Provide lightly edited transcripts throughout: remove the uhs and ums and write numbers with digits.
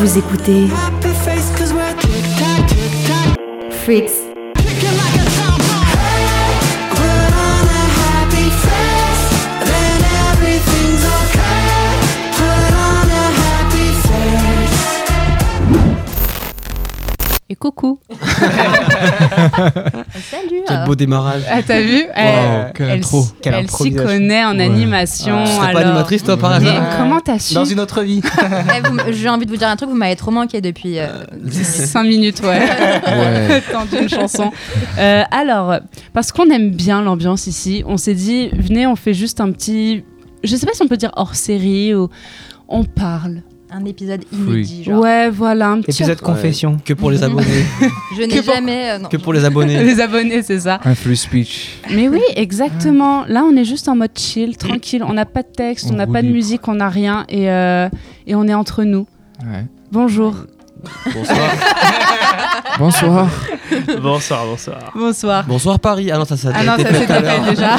Vous écoutez Freaks. Et coucou. Salut. Quel beau démarrage. Ah, t'as vu? Elle s'y connaît en animation. Tu serais alors... pas animatrice toi par hasard? Comment t'as su? Dans une autre vie. J'ai envie de vous dire un truc, vous m'avez trop manqué depuis 5 minutes, ouais. Tant d'une chanson. Alors, parce qu'on aime bien l'ambiance ici, on s'est dit, venez, on fait juste un petit... Je sais pas si on peut dire hors série ou on parle. un épisode inédit, genre. Ouais, voilà, un petit Épisode confession. Que pour les abonnés. Je n'ai jamais... non. Que pour les abonnés. Les abonnés, c'est ça. Un free speech. Mais oui, exactement. Là, on est juste en mode chill, tranquille. On n'a pas de texte, on n'a pas de musique, on n'a rien. Et on est entre nous. Ouais. Bonjour. Bonsoir. Bonsoir. Bonsoir. Bonsoir Paris. Ah non, ça Ah non, été ça fait s'était tout à l'heure. fait déjà.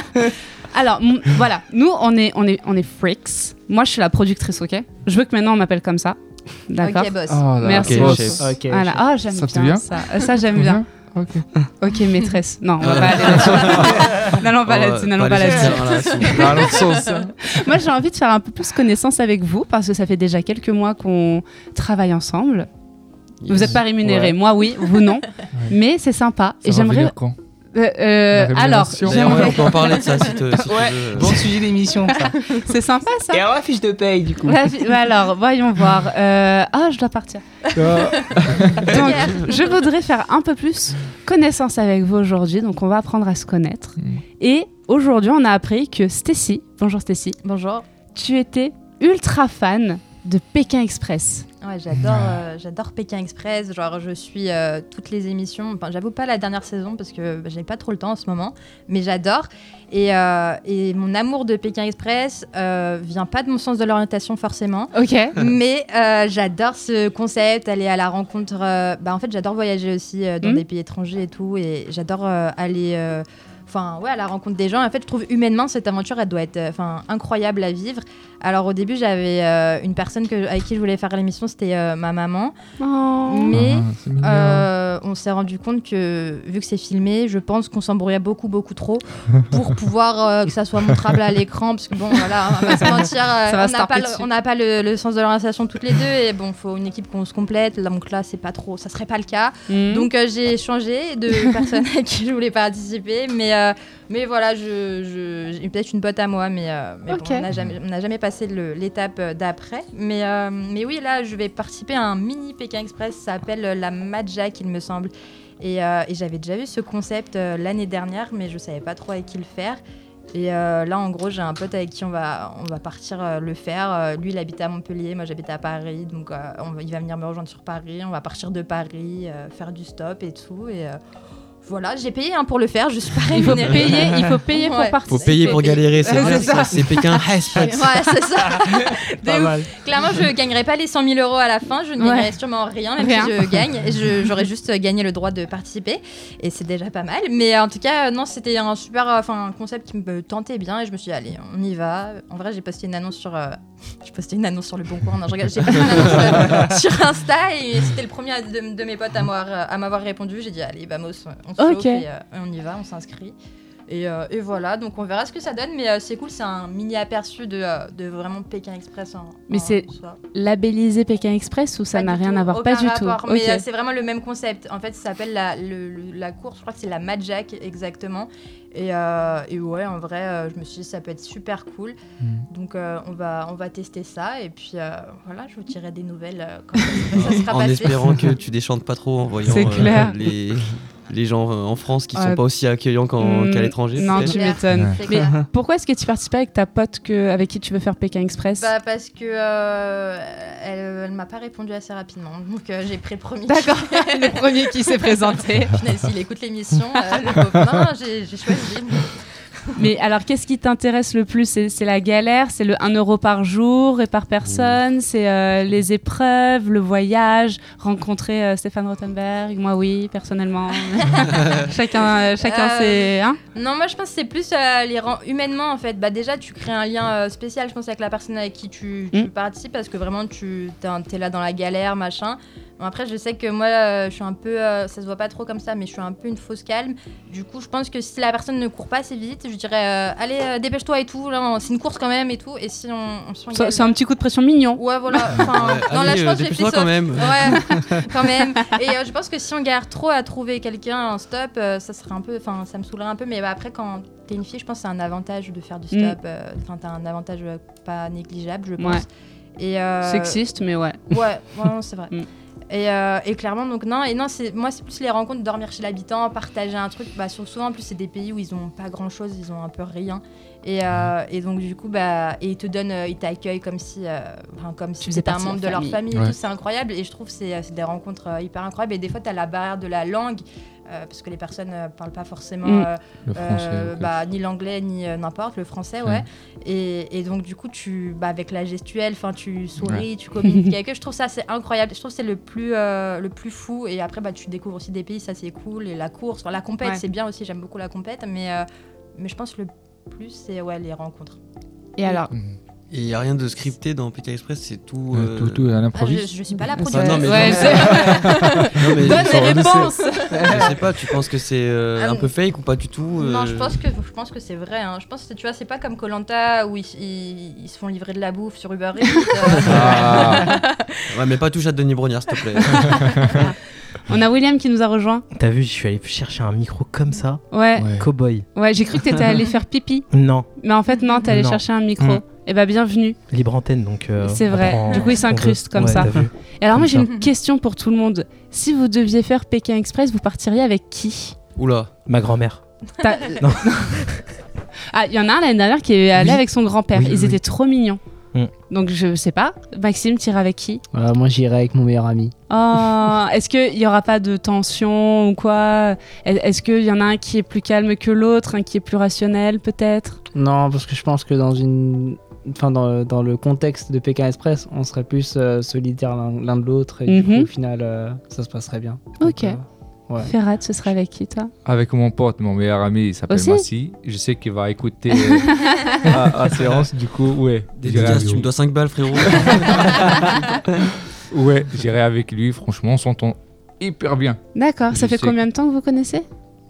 Alors, voilà. Nous, on est freaks. Moi, je suis la productrice, ok? Je veux que maintenant, on m'appelle comme ça. D'accord? Ok, boss. Oh là, Merci. Ok, boss. chef. Ok. Voilà. Ah, j'aime Ça te bien vient ça. Ça, j'aime bien. Ok. Ok, maîtresse. Non, on va pas aller là-dessus. N'allons pas là-dessus. N'allons pas là-dessus. Dans l'autre sens. Moi, j'ai envie de faire un peu plus connaissance avec vous parce que ça fait déjà quelques mois qu'on travaille ensemble. Vous n'êtes pas rémunérés. Ouais. Moi, oui. Vous, non. Mais c'est sympa. Ça Et va j'aimerais... venir quand? Alors, rémunération. D'ailleurs, on peut en parler de ça si tu veux. Bon sujet d'émission, ça. c'est sympa ça. Et alors, la fiche de paye, du coup. Alors, voyons voir. Je dois partir. Donc, je voudrais faire un peu plus connaissance avec vous aujourd'hui. Donc, on va apprendre à se connaître. Et aujourd'hui, on a appris que Stécie, bonjour Stécie, Bonjour. tu étais ultra fan de Pékin Express. Ouais, j'adore Pékin Express. Genre, je suis toutes les émissions. Enfin, j'avoue pas la dernière saison parce que j'ai pas trop le temps en ce moment, mais j'adore. Et mon amour de Pékin Express vient pas de mon sens de l'orientation forcément, Ok. mais j'adore ce concept, aller à la rencontre. En fait, j'adore voyager aussi dans des pays étrangers et tout, et j'adore aller. À la rencontre des gens. En fait, je trouve humainement cette aventure, elle doit être incroyable à vivre. Alors au début, j'avais une personne avec qui je voulais faire l'émission, c'était ma maman. Oh. Mais C'est mignon. on s'est rendu compte que, vu que c'est filmé, je pense qu'on s'embrouillait beaucoup trop pour pouvoir que ça soit montrable à l'écran. Parce que bon, voilà, on va pas se mentir, on n'a pas le sens de l'orientation toutes les deux. Et bon, il faut une équipe qu'on se complète. Donc là, c'est pas trop, ça serait pas le cas. Donc j'ai changé de personne avec qui je voulais participer. Mais voilà, j'ai peut-être une pote à moi, mais Ok. bon, on n'a jamais passé l'étape d'après. Mais oui, là, je vais participer à un mini Pékin Express. Ça s'appelle la Madjack, il me semble. Et j'avais déjà vu ce concept l'année dernière, mais je savais pas trop avec qui le faire. Et là, en gros, j'ai un pote avec qui on va partir le faire. Lui, il habite à Montpellier, moi j'habite à Paris. Donc, il va venir me rejoindre sur Paris. On va partir de Paris, faire du stop et tout. Et voilà, j'ai payé pour le faire, je suis pas rémunérée. Il faut payer pour Ouais. participer. Faut payer pour galérer, c'est Ouais, vrai. c'est ça. C'est Pékin Express. Ouais, c'est ça. Pas De ouf. mal. Clairement, je gagnerai pas les 100 000 € à la fin. Je ne gagnerai sûrement rien, même Rien. si je gagne. J'aurais juste gagné le droit de participer. Et c'est déjà pas mal. Mais en tout cas, non, c'était un super concept qui me tentait bien. Et je me suis dit, allez, on y va. En vrai, j'ai posté une annonce sur Le Bon Coin. Non, j'ai posté une annonce sur Insta. Et c'était le premier de mes potes à m'avoir répondu. J'ai dit, allez, vamos, on se chauffe et on y va, on s'inscrit. Et voilà, donc on verra ce que ça donne, mais c'est cool, c'est un mini aperçu de vraiment Pékin Express. Mais c'est soi. labellisé Pékin Express ou ça Pas n'a du rien tout, à voir? aucun Pas du rapport, tout. Mais Ok. c'est vraiment le même concept. En fait, ça s'appelle la course, je crois que c'est la Madjack exactement. Et ouais, en vrai, je me suis dit ça peut être super cool. Donc on va tester ça et puis voilà, je vous tirerai des nouvelles quand ça sera En passé. espérant que tu déchantes pas trop en voyant C'est clair. les gens en France qui sont pas aussi accueillement qu'à l'étranger. Non, peut-être. tu m'étonnes. C'est Mais clair. pourquoi est-ce que tu participes avec ta pote avec qui tu veux faire Pékin Express? Parce que elle m'a pas répondu assez rapidement, donc j'ai pris le premier. D'accord, le premier qui s'est présenté. Punaise, s'il écoute l'émission, le pauvre. Non, j'ai choisi. Mais alors, qu'est-ce qui t'intéresse le plus ? C'est la galère ? C'est le 1 euro par jour et par personne ? C'est les épreuves, le voyage, rencontrer Stéphane Rothenberg ? Moi, oui, personnellement. chacun c'est... Hein ? Non, moi je pense que c'est plus humainement en fait. Bah, déjà, tu crées un lien spécial, je pense, avec la personne avec qui tu participes parce que vraiment, t'es là dans la galère, machin. Bon, après, je sais que moi, je suis un peu... ça se voit pas trop comme ça, mais je suis un peu une fausse calme. Du coup, je pense que si la personne ne court pas assez vite, je dirais allez, dépêche-toi et tout. Là, c'est une course quand même et tout. Et si on s'engage... C'est un petit coup de pression mignon. Ouais, voilà. Non, là, je pense que j'ai dépêche-toi quand même. Ouais, quand même. Et je pense que si on galère trop à trouver quelqu'un en stop, ça serait un peu... Enfin, ça me saoulerait un peu. Mais après, quand t'es une fille, je pense que c'est un avantage de faire du stop. Enfin, t'as un avantage pas négligeable, je pense. Ouais. Et, sexiste, mais ouais. Ouais, non, c'est vrai. Et clairement, donc non, moi c'est plus les rencontres, dormir chez l'habitant, partager un truc. Bah, souvent en plus c'est des pays où ils ont pas grand chose, ils ont un peu rien. Et donc du coup et ils t'accueillent comme si c'était un membre de leur famille. Et tout, c'est incroyable. Et je trouve que c'est des rencontres hyper incroyables. Et des fois t'as la barrière de la langue. Parce que les personnes ne parlent pas forcément le français, ni l'anglais ni n'importe, le français, ouais. Et donc du coup, avec la gestuelle, tu souris, tu communiques avec eux. Je trouve ça c'est incroyable. Je trouve que c'est le plus fou. Et après, tu découvres aussi des pays, ça c'est cool. Et la course, la compète, c'est bien aussi. J'aime beaucoup la compète, mais je pense que le plus c'est les rencontres. Et alors Et il n'y a rien de scripté dans Pékin Express, c'est tout... Tout à l'improviste. Je suis pas la productrice. non, mais donne les réponses. Je sais pas, tu penses que c'est un peu fake ou pas du tout Non, je pense que c'est vrai. Hein. Je pense que tu vois, c'est pas comme Koh-Lanta où ils se font livrer de la bouffe sur Uber Eats. Ouais, mais pas touche à Denis Brognard, s'il te plaît. On a William qui nous a rejoint. T'as vu, je suis allé chercher un micro comme ça. Ouais. Cowboy. Ouais, j'ai cru que t'étais allé faire pipi. Non. Mais en fait, non, t'es allé chercher un micro. Eh ben, bienvenue. Libre antenne, donc... c'est vrai. Du coup, il s'incruste comme ça. Et alors, moi, j'ai une question pour tout le monde. Si vous deviez faire Pékin Express, vous partiriez avec qui ? Oula. Ma grand-mère. Non. Ah, il y en a un l'année dernière qui est allé avec son grand-père. Ils étaient trop mignons. Donc, je sais pas. Maxime, t'irais avec qui ? Moi, j'irais avec mon meilleur ami. Oh, est-ce qu'il y aura pas de tension ou quoi ? Est-ce qu'il y en a un qui est plus calme que l'autre, un qui est plus rationnel, peut-être ? Non, parce que je pense que dans le contexte de Pékin Express, on serait plus solidaires l'un de l'autre et du coup, au final, ça se passerait bien. Ok. Donc, ouais. Ferrat, ce serait avec qui, toi ? Avec mon pote, mon meilleur ami, il s'appelle Massi. Je sais qu'il va écouter la séance, du coup, ouais. Dédicace, tu me dois 5 balles, frérot. Ouais, j'irai avec lui. Franchement, on s'entend hyper bien. D'accord. Ça fait combien de temps que vous connaissez ?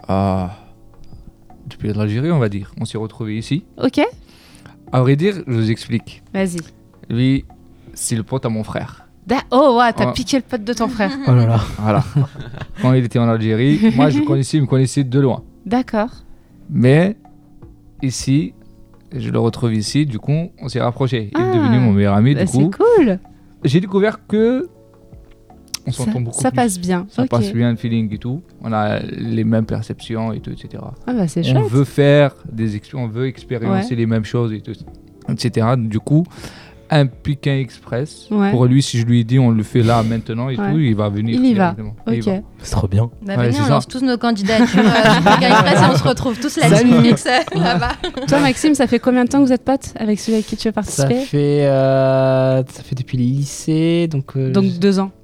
Depuis l'Algérie, on va dire. On s'est retrouvés ici. Ok. À vrai dire, je vous explique. Vas-y. Lui, c'est le pote à mon frère. Oh, ouais, t'as piqué le pote de ton frère. Oh là là. Voilà. Quand il était en Algérie, moi, il me connaissait de loin. D'accord. Mais ici, je le retrouve ici. Du coup, on s'est rapprochés. Il est devenu mon meilleur ami. Du coup, c'est cool. J'ai découvert que on s'entend beaucoup. Ça plus. passe bien. Ça passe bien le feeling et tout. On a les mêmes perceptions et tout, etc. Ah bah c'est chouette. On veut faire on veut expérimenter les mêmes choses et tout, etc. Du coup, un Pékin Express. Pour lui, si je lui dis on le fait là maintenant et tout, il va venir. Il y va. Ok. C'est trop bien. Venez, on lance tous nos candidatures sur Pékin Express et on se retrouve tous là-bas. Toi, Maxime, ça fait combien de temps que vous êtes potes avec celui avec qui tu veux participer ? Ça fait depuis le lycée, donc 2 ans.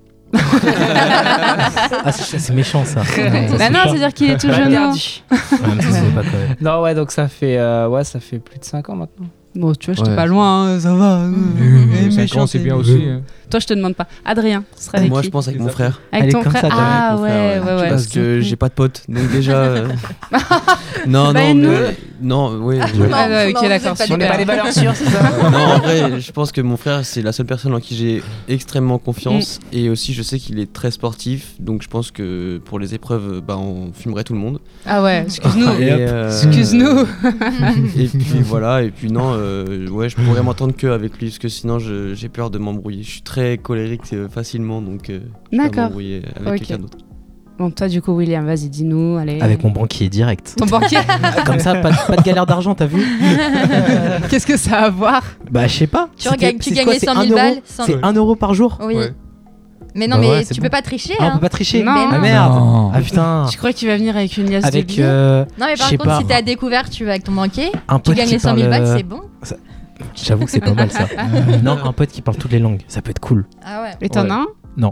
C'est méchant ça. Bah non, c'est-à-dire qu'il est tout jeune. Non, ouais, donc ça fait plus de 5 ans maintenant. Bon, tu vois, j'étais pas loin, ça va. 5 ans, c'est bien aussi. Toi, je te demande pas. Adrien, ce serait avec Moi, qui ? je pense avec mon frère. Avec ton frère. Ah ouais. Parce que j'ai pas de potes, donc déjà. Non, oui. Ok, d'accord. On n'est pas des valeurs sûres, c'est ça ? Non, en vrai, je pense que mon frère, c'est la seule personne en qui j'ai extrêmement confiance. Et aussi, je sais qu'il est très sportif. Donc, je pense que pour les épreuves, on fumerait tout le monde. Ah ouais, excuse-nous. Excuse-nous. Et puis voilà, et puis non, je pourrais m'entendre qu'avec lui, parce que sinon, j'ai peur de m'embrouiller. Je suis très colérique facilement, donc je peux m'embrouiller avec quelqu'un d'autre. Bon, toi, du coup, William, vas-y, dis-nous. Allez. Avec mon banquier direct. Ton banquier. Comme ça, pas de galère d'argent, t'as vu ? Qu'est-ce que ça a à voir ? Bah, je sais pas. Tu gagnais 100 000 balles. C'est 1 euro par jour ? Oui. Mais non, mais tu peux pas tricher. On peut pas tricher. Non. Ah merde. Non. Ah putain. Je crois qu'il va venir avec une liasse de Avec. billets. Non, mais par je sais contre, pas, si t'es à découvert, tu vas avec ton banquier, un tu pote gagnes qui les 100 000 parle, bahts, c'est bon. J'avoue que c'est pas mal ça. Non, un pote qui parle toutes les langues, ça peut être cool. Ah ouais. Et t'en as un Non.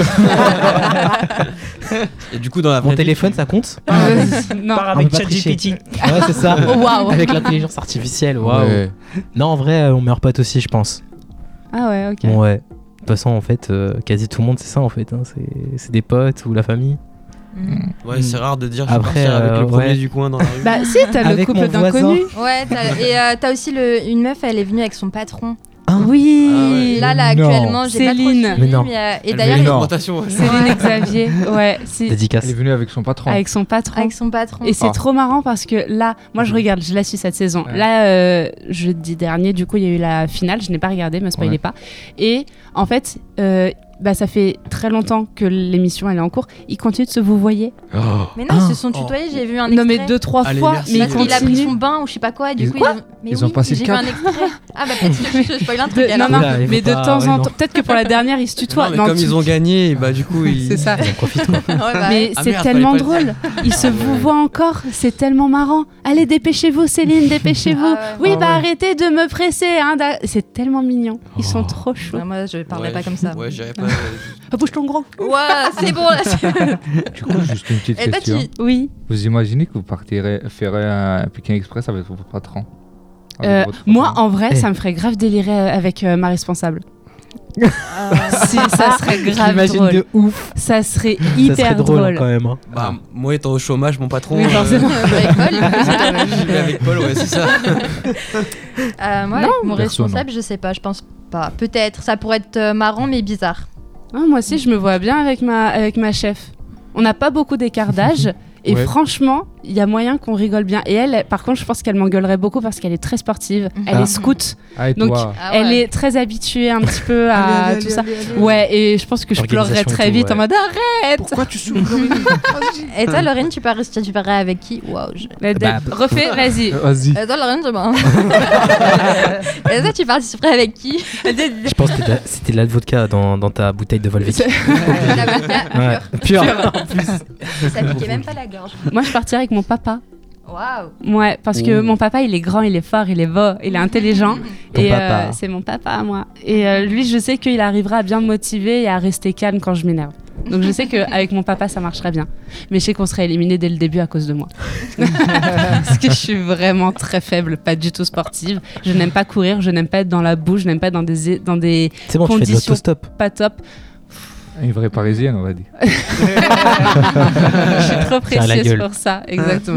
Et du coup, dans la Mon téléphone, ça compte Non. On peut pas tricher. Ouais, c'est ça. Oh, waouh. Avec l'intelligence artificielle, waouh. Ouais. Non, en vrai, on meurt pote aussi, je pense. Ah ouais, ok. Bon, ouais. De toute façon, en fait, quasi tout le monde, c'est ça en fait. Hein. C'est des potes ou la famille. Ouais, c'est rare de dire je vais Après, partir avec le premier ouais. du coin dans la rue. Bah si, t'as le Avec couple mon voisin. d'inconnus. Ouais, et t'as aussi une meuf, elle est venue avec son patron. Oui. Ah ouais. Là, Non. actuellement, j'ai pas trop Céline. suivi, Mais non. et Elle d'ailleurs, veut une non. augmentation. Ouais. Céline Xavier. Ouais, si. Dédicace. Elle est venue avec son patron. Avec son patron. avec son patron. Et c'est Ah. trop marrant parce que là, moi je regarde, je la suis cette saison. Ouais. Là, jeudi dernier, du coup, il y a eu la finale. Je n'ai pas regardé, me spoilez Ouais. pas. Et en fait, bah, ça fait très longtemps que l'émission elle est en cours. Ils continuent de se vous voyez. Oh. Mais non, ils se sont tutoyés, j'ai vu un Non mais extrait. 2-3 Allez, fois, merci. mais ils Parce qu'il a pris continuent. son bain ou je sais pas quoi, et du Ils- coup, mais Ils ont passé j'ai le vu un cap. extrait. Ah bah peut-être que je spoil un truc Non, alors. non, Oula, il faut mais de pas- temps ouais, en non. temps, peut-être que pour la dernière ils se tutoient. Non, mais Non, comme tu- ils ont gagné, bah du coup ils. C'est ça. Ils en profitent. quoi. Ouais, bah, Mais Ah c'est merde, tellement fallait pas le drôle. Ils se vous voient encore. C'est tellement marrant. Allez, dépêchez-vous, Céline, dépêchez-vous. Ah ouais. Oui, Ah bah ouais. arrêtez de me presser. Hein, c'est tellement mignon. Ils sont Oh. trop chauds. ouais, moi, je parlerai Ouais, pas comme ça. Ouais, j'irais pas. Ah, bouge ton gros. Ouais, c'est bon là. Du coup, juste une petite Et toi, question. Oui. Vous imaginez que vous ferez un Pékin Express avec votre patron Avec votre Moi, patron en vrai, Eh. ça me ferait grave délirer avec ma responsable. Si, ça serait grave J'imagine drôle. de ouf. Ça serait Ça hyper serait drôle drôle. quand même. Hein. Bah, moi étant au chômage, mon patron. Oui, forcément. Avec Paul. Je vais avec Paul, ouais, c'est ça. Moi, Non. avec mon Perso, responsable, je sais pas, je pense pas. Peut-être, ça pourrait être marrant mais bizarre. Ah, moi aussi, je me vois bien avec ma chef. On n'a pas beaucoup d'écart d'âge. Et Ouais. franchement, il y a moyen qu'on rigole bien. Et elle, par contre, je pense qu'elle m'engueulerait beaucoup parce qu'elle est très sportive. Elle Ah. est scout. Ah, et Donc, toi Ah Elle ouais. est très habituée un petit peu à tout ça. Ouais, et je pense que je pleurerais Organisation et très tout, vite en ouais. mode arrête. Pourquoi tu souffres Et toi, Lorraine, tu parais avec qui? Waouh. Refais, vas-y. Vas-y. Et toi, Lorraine, c'est bon. Et toi, tu participerais avec qui? Je pense que c'était de la vodka dans ta bouteille de Volvic. La vodka Ouais. pure. Pure. Ça piquait même pas la gorge. Moi, je partirais avec mon papa. Waouh. Ouais, parce que Ouh. mon papa, il est grand, il est fort, il est beau, il est intelligent. Ton et papa. c'est mon papa, moi. Et lui, je sais qu'il arrivera à bien me motiver et à rester calme quand je m'énerve. Donc je sais qu'avec mon papa, ça marcherait bien. Mais je sais qu'on serait éliminé dès le début à cause de moi. Parce que je suis vraiment très faible, pas du tout sportive. Je n'aime pas courir, je n'aime pas être dans la boue, je n'aime pas être dans des C'est bon, tu fais de Conditions. l'autostop. pas top. Une vraie parisienne, on va dire. Je suis trop Faire la précieuse gueule. pour ça, exactement.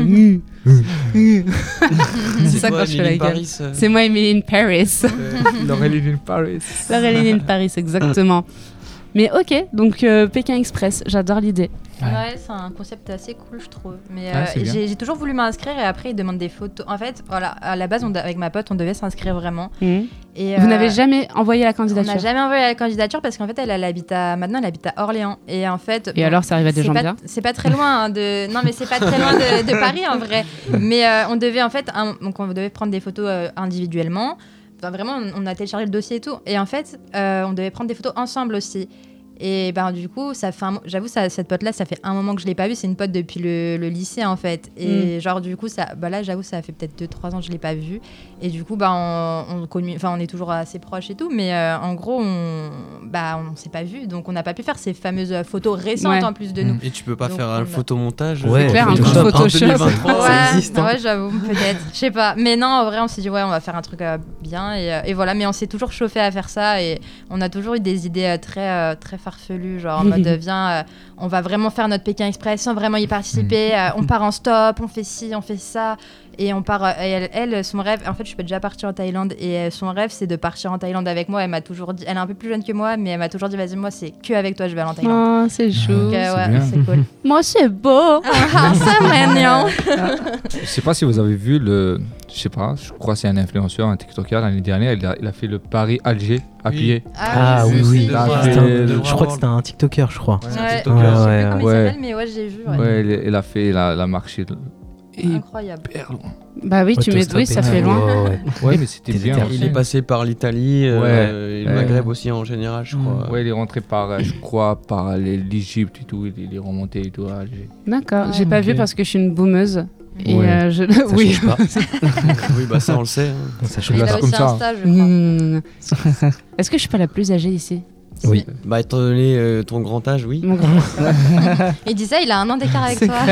C'est ça toi, quand je fais la Emily gueule. Paris, C'est moi, Emily in Paris. Laureline in Paris. Laureline in Paris, exactement. Mais ok, donc Pékin Express, j'adore l'idée. Ouais, c'est un concept assez cool, je trouve. Mais Ah, c'est bien. j'ai toujours voulu m'inscrire et après, ils demandent des photos. En fait, voilà, à la base, avec ma pote, on devait s'inscrire vraiment. Et, Vous n'avez jamais envoyé la On n'a candidature? jamais envoyé la candidature parce qu'en fait, elle habite à Orléans. Et en fait. Et alors, ça arrive à des c'est gens pas- bien? C'est pas très loin de. Non, mais c'est pas très loin de Paris en vrai. Mais on devait en fait. Donc, on devait prendre des photos individuellement. Enfin, vraiment, on a téléchargé le dossier et tout. Et en fait, on devait prendre des photos ensemble aussi. Et ben du coup, ça fait j'avoue, cette pote-là, ça fait un moment que je l'ai pas vue. C'est une pote depuis le lycée en fait. Et genre du coup, là, j'avoue, ça fait peut-être 2-3 ans que je l'ai pas vue. Et du coup, on est toujours assez proches et tout. Mais en gros, on s'est pas vus. Donc on n'a pas pu faire ces fameuses photos récentes Ouais. en plus de nous. Et tu peux pas Donc, faire un on a- photomontage Ouais, C'est clair, un coup de Photoshop, Photoshop. en 2023, ça existe, hein. Ouais, j'avoue, peut-être. Je sais pas. Mais non, en vrai, on s'est dit, ouais, on va faire un truc bien. Et voilà, mais on s'est toujours chauffé à faire ça. Et on a toujours eu des idées très farfelues. Genre, en mode, viens, on va vraiment faire notre Pékin Express sans vraiment y participer. On part en stop, on fait ci, on fait ça. Et on part. Et elle, son rêve, en fait, je suis déjà partie en Thaïlande. Et son rêve, c'est de partir en Thaïlande avec moi. Elle m'a toujours dit, elle est un peu plus jeune que moi, mais elle m'a toujours dit, vas-y, moi, c'est que avec toi, je vais aller en Thaïlande. Oh, c'est chou. Donc, c'est ouais, bien. c'est cool. Moi, c'est beau. Ah, c'est mignon. Je sais pas si vous avez vu je sais pas, je crois que c'est un influenceur, un TikToker l'année dernière, il a fait le Paris-Alger à Oui. pied. Ah je oui, sais, oui. Là, ouais. c'est Je crois que c'était un TikToker, je crois. Ouais. un Je TikToker. Ouais, sais ouais, plus comment il ouais. s'appelle, mais ouais, j'ai vu. Ouais. Ouais, il a fait la marché Incroyable. Bah oui, oui, ça fait loin. Ouais, mais c'était bien. Il est passé par l'Italie et le Maghreb aussi en général, je crois. Ouais, il est rentré par, je crois, par l'Égypte et tout. Il est remonté et tout. D'accord, j'ai pas vu parce que je suis une boumeuse. Et ça change pas. Oui, bah ça on le sait. Ça change pas comme ça. Stage, je crois. Est-ce que je suis pas la plus âgée ici? Oui. Bah, étant donné ton grand âge, oui. Mon grand âge. Il dit ça, il a un an d'écart avec toi.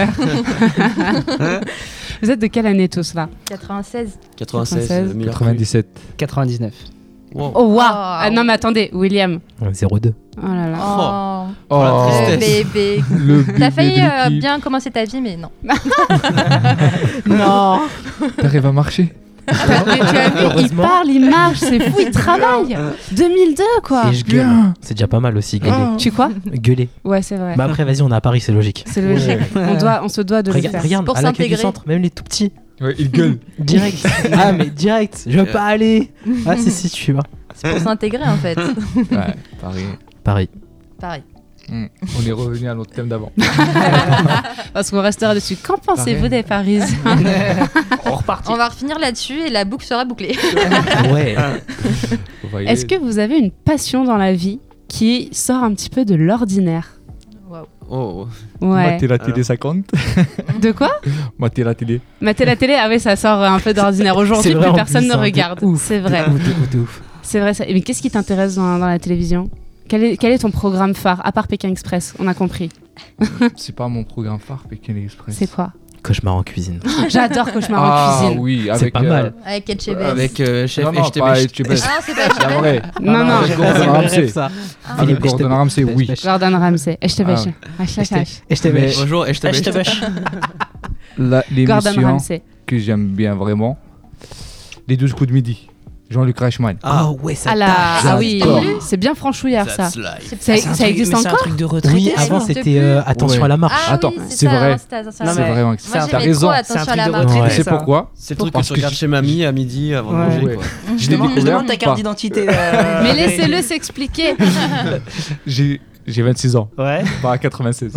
Vous êtes de quelle année tous là? 96. 97. 99. Wow. Oh, waouh! Ah non, mais attendez, William. 02. Oh là là. Oh la tristesse. Bébé. T'as failli bien commencer ta vie, mais non. Non. T'arrives à marcher? Tu as vu, il parle, il marche, c'est fou, il travaille. 2002 quoi. Et je gueule. C'est déjà pas mal aussi, gueuler. Tu quoi? Gueuler. Ouais, c'est vrai. Bah après, vas-y, on est à Paris, c'est logique. C'est logique. On se doit de le faire. Regarde, pour à l'accueil du s'intégrer. centre, même les tout petits. Ouais, il gueule. Direct. Ah, mais direct. Je veux pas aller. Ah, si, tu vois. C'est pour s'intégrer en fait. Ouais, Paris. On est revenu à notre thème d'avant. Parce qu'on restera dessus. Qu'en pensez-vous des Parisiens? On va refinir là-dessus et la boucle sera bouclée. Ouais. Est-ce que vous avez une passion dans la vie qui sort un petit peu de l'ordinaire? Oh. Ouais. Mater la télé, ça compte? De quoi? Mater la télé. Mater la télé, ah oui, ça sort un peu d'ordinaire. Aujourd'hui, plus personne ne regarde. C'est vrai. Ouf. C'est vrai ça. Mais qu'est-ce qui t'intéresse dans la télévision? Quel est ton programme phare, à part Pékin Express? On a compris. C'est pas mon programme phare, Pékin Express. C'est quoi? Cauchemar en cuisine. J'adore Cauchemar en cuisine. Ah oui, c'est pas mal. Avec Etchebest. Avec chef non, pas Etchebest. Ah, c'est pas Etchebest. Non. Gordon Ramsay. Philippe Gordon Ramsay, oui. Gordon Ramsay. Bonjour, l'émission que j'aime bien vraiment, les 12 coups de midi. Jean-Luc Reichmann. Ah ouais, ça ah oui, c'est bien franchouillard ça. Ça existe encore? C'est un truc de retraité. Oui, avant c'était Attention à la marche. Ah, attends, oui, c'est vrai. Non, c'est vraiment. T'as raison. C'est un truc de retraité. Tu sais pourquoi? C'est le truc que tu regardes chez mamie à midi avant de manger. Je l'ai découvert. Je demande ta carte d'identité. Mais laissez-le s'expliquer. J'ai 26 ans. Ouais. Pas à 96.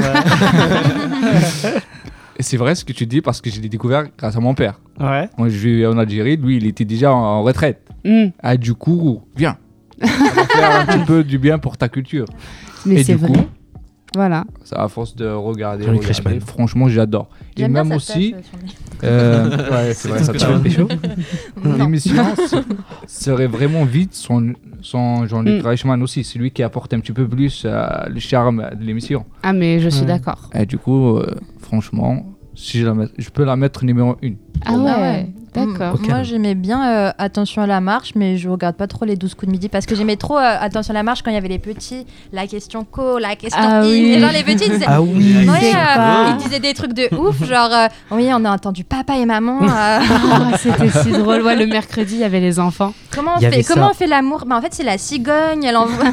Et c'est vrai ce que tu dis parce que je l'ai découvert grâce à mon père. Ouais. Moi, je vis en Algérie, lui, il était déjà en retraite. Ah, du coup, viens. Ça va faire un petit peu du bien pour ta culture. Mais c'est vrai. Voilà. Ça, à force de regarder, franchement, j'adore. Et même aussi, ouais, c'est vrai, ça tu veux pécho? L'émission serait vraiment vide sans Jean-Luc Reichmann aussi. C'est lui qui apporte un petit peu plus le charme de l'émission. Ah, mais je suis d'accord. Et du coup, franchement, si je peux la mettre numéro 1. Ah ouais, d'accord. Moi, j'aimais bien Attention à la marche, mais je regarde pas trop les 12 coups de midi parce que j'aimais trop Attention à la marche quand il y avait les petits, la question co, la question in. Oui. Et genre, les petits, ils disaient, ils disaient des trucs de ouf, genre, oui, on a entendu papa et maman. C'était si drôle. Ouais, le mercredi, il y avait les enfants. Comment on fait l'amour? Bah, en fait, c'est la cigogne, elle envoie.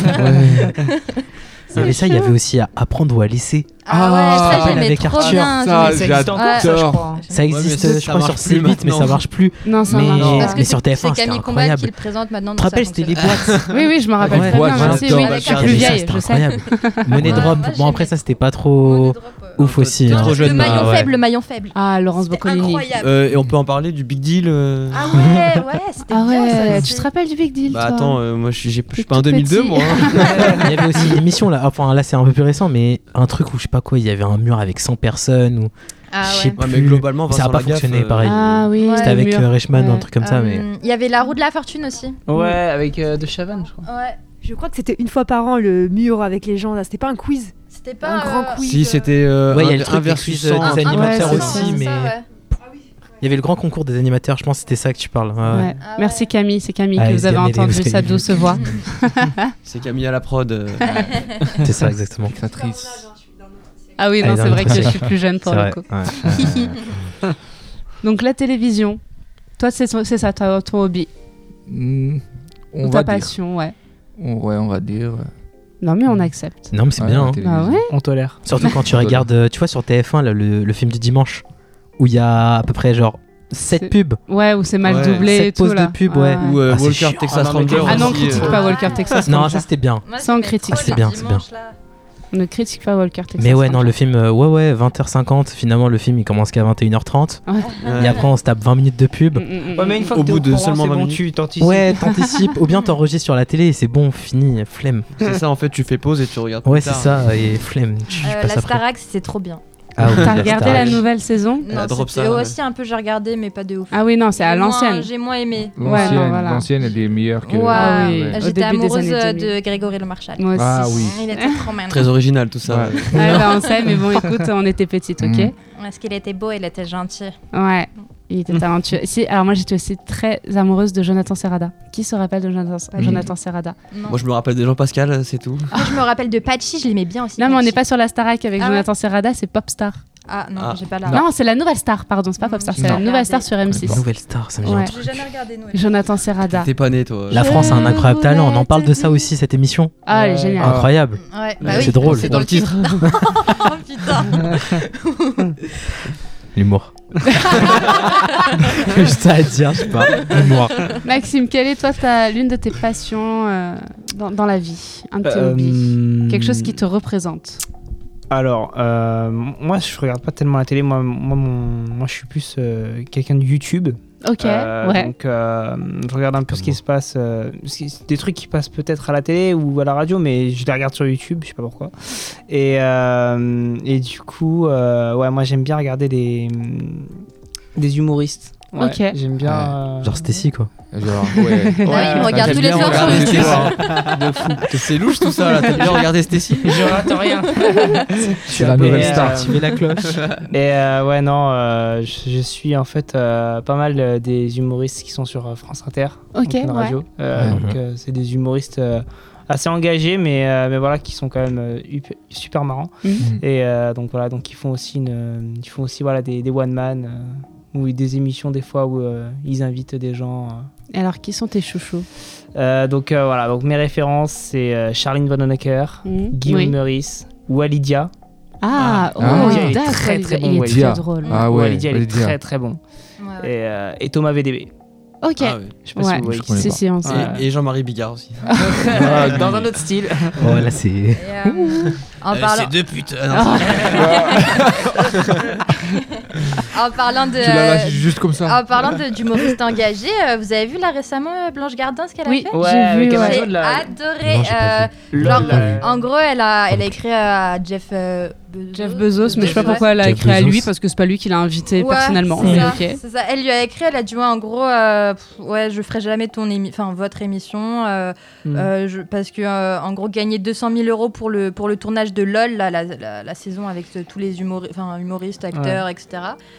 Mais ça, il y avait aussi à apprendre ou à laisser. Ah ouais, ça j'aimais avec trop Arthur. bien. Ça, j'adore. Ça existe, je crois, sur C8, mais ça marche plus. Non, ça marche pas. Parce que mais sur TF1, c'est c'était Camille Combal incroyable. qui le présente maintenant. Tu te rappelles, c'était les boîtes. Oui, je me rappelle très bien. Merci, oui, avec la plus vieille, je sais. Incroyable. Money Drop. Bon, après, ça, c'était pas trop ouf aussi. Trop jeune. Le maillon faible. Ah, Laurence Boccolini. Incroyable. Et on peut en parler du Big Deal. Ah ouais, c'était bien ça. Tu te rappelles du Big Deal? Bah attends, moi je suis pas en 2002 moi. Il y avait aussi une émission là, enfin là c'est un peu plus récent, mais un truc où je sais pas quoi, il y avait un mur avec 100 personnes ou je sais plus. Mais globalement, ça a pas fonctionné pareil. Ah oui, c'était avec Reichmann, un truc comme ça, mais. Il y avait La Roue de la Fortune aussi. Ouais, avec De Chavannes, je crois. Ouais. Je crois que c'était une fois par an le mur avec les gens là. C'était pas un quiz. C'était pas un grand quiz. Si, c'était ouais, il y a le truc des versus quiz des animateurs aussi, mais. Il y avait le grand concours des animateurs, je pense que c'était ça que tu parles. Ouais. Merci Camille, c'est Camille que vous avez entendu sa douce voix. C'est Camille à la prod. C'est ça exactement. Créatrice. Ah oui, non, c'est vrai que je suis plus jeune pour le coup. Donc la télévision, toi c'est ça ton hobby. Ta passion, ouais. Ouais, on va dire. Non mais on accepte. Non mais c'est bien. Ah ouais. On tolère. Surtout quand tu regardes, tu vois sur TF1 là, le film du dimanche où il y a à peu près genre 7 pubs. Ouais, où c'est mal doublé et tout là. 7 poses de pub, ouais. Ou Walker Texas Ranger. Ah non, critique pas Walker Texas Ranger. Non, ça c'était bien. Ça on critique. C'est bien, c'est bien. Ne critique pas Walker Texas. Mais ouais, non, le film, 20h50. Finalement, le film il commence qu'à 21h30. Et après, on se tape 20 minutes de pub. Ouais, mais une fois Au que bout t'es de au courant, seulement c'est 20 bon, minutes. tu t'anticipes. Ouais, t'anticipes. Ou bien t'enregistres sur la télé et c'est bon, fini, flemme. C'est ça, en fait, tu fais pause et tu regardes. Ouais, plus c'est tard. ça, et flemme. Tu passes La après. Starac, c'était trop bien. Ah, oui, T'as regardé la nouvelle saison? Non, drop c'était ça, ouais. aussi un peu, j'ai regardé, mais pas de ouf. Ah oui, non, c'est à l'ancienne. J'ai moins aimé. Ouais, non, voilà. L'ancienne, elle est meilleure que. Ouais, Ah oui. Au j'étais début des amoureuse années 2000. de Grégory Le Marchal. Moi aussi. Ah oui. Il était trop mignon. Très original tout ça. Ouais. Ouais, bah, on sait, mais bon, écoute, on était petites, ok? Parce qu'il était beau, il était gentil. Ouais, il était talentueux. Si, alors moi, j'étais aussi très amoureuse de Jonathan Serrada. Qui se rappelle de Jonathan Serrada? Non. Moi, je me rappelle de Jean-Pascal, c'est tout. Moi, je me rappelle de Patchy, je l'aimais bien aussi. Non, mais on n'est Patchy. pas sur la Starac avec Ah Jonathan Serrada, c'est Popstar. Ah non, Ah. j'ai pas la. Non, c'est la nouvelle star, pardon, c'est pas Popstar, c'est la Non. nouvelle star sur M6. Nouvelle star, ça me dit Ouais. un truc. J'ai jamais regardé Noël. Jonathan Serrada. T'es pas né, toi. La France a un incroyable talent. On en parle de ça aussi, cette émission. Ah, elle est géniale. Incroyable. Ouais, C'est drôle. C'est dans le titre. Oh putain. L'humour. Juste ça à dire, je sais pas. L'humour. Maxime, quelle est toi l'une de tes passions dans la vie? Un de tes hobbies? Quelque chose qui te représente? Alors, moi, je regarde pas tellement la télé. Moi, je suis plus quelqu'un de YouTube. Ok, ouais. Donc, je regarde un peu ce qui se passe. Des trucs qui passent peut-être à la télé ou à la radio, mais je les regarde sur YouTube, je sais pas pourquoi. Et du coup, ouais, moi, j'aime bien regarder des humoristes. Ouais, Ok. J'aime bien. Genre Stacy, quoi. Genre, ouais. Ah oui, il me regarde tous les soirs sur regarder YouTube. Stacy. C'est louche tout ça là. T'as bien regardé Stacy? Je rate rien. C'est la nouvelle star. Activer la cloche. Et ouais, non, je suis en fait pas mal des humoristes qui sont sur France Inter, Ok, donc une ouais. radio. Donc c'est des humoristes assez engagés, mais voilà, qui sont quand même super marrants. Et donc voilà, donc ils font aussi voilà des one man ou des émissions des fois où ils invitent des gens. Et alors, qui sont tes chouchous? Donc voilà, donc mes références c'est Charline Vanhoenacker, Guillaume Oui. Meurice, Walidia. Ah, Walidia, il est d'accord, très, très bon, il est Walidia. très drôle. Ah ouais, Walidia, il est Walidia. très très bon. Ouais. Et Thomas VDB. Ok. Ah, ouais. Je sais pas si Ouais, vous voyez. je connais si, pas. si, on sait. Ouais. Et Jean-Marie Bigard aussi. Dans un autre style. Oh, là, c'est. Et, en parlant. C'est deux putes. En parlant de. Tu l'as lâché juste comme ça. En parlant d'humoristes engagés, vous avez vu là récemment Blanche Gardin ce qu'elle a Oui, fait? Ouais, j'ai avec vu. Amazon, J'ai là. adoré. Non, j'ai pas Genre, Lol. en gros, elle a écrit à Jeff Bezos, mais je sais pas pourquoi elle a Jeff écrit à lui Bezos. parce que c'est pas lui qui l'a invité Ouais, personnellement. c'est Mais ça, ok. c'est ça. Elle lui a écrit, elle a dit ouais, en gros, ouais, je ferai jamais votre émission, parce que en gros, gagner 200 000 € pour le tournage de LOL, la saison avec tous les humoristes, acteurs, etc.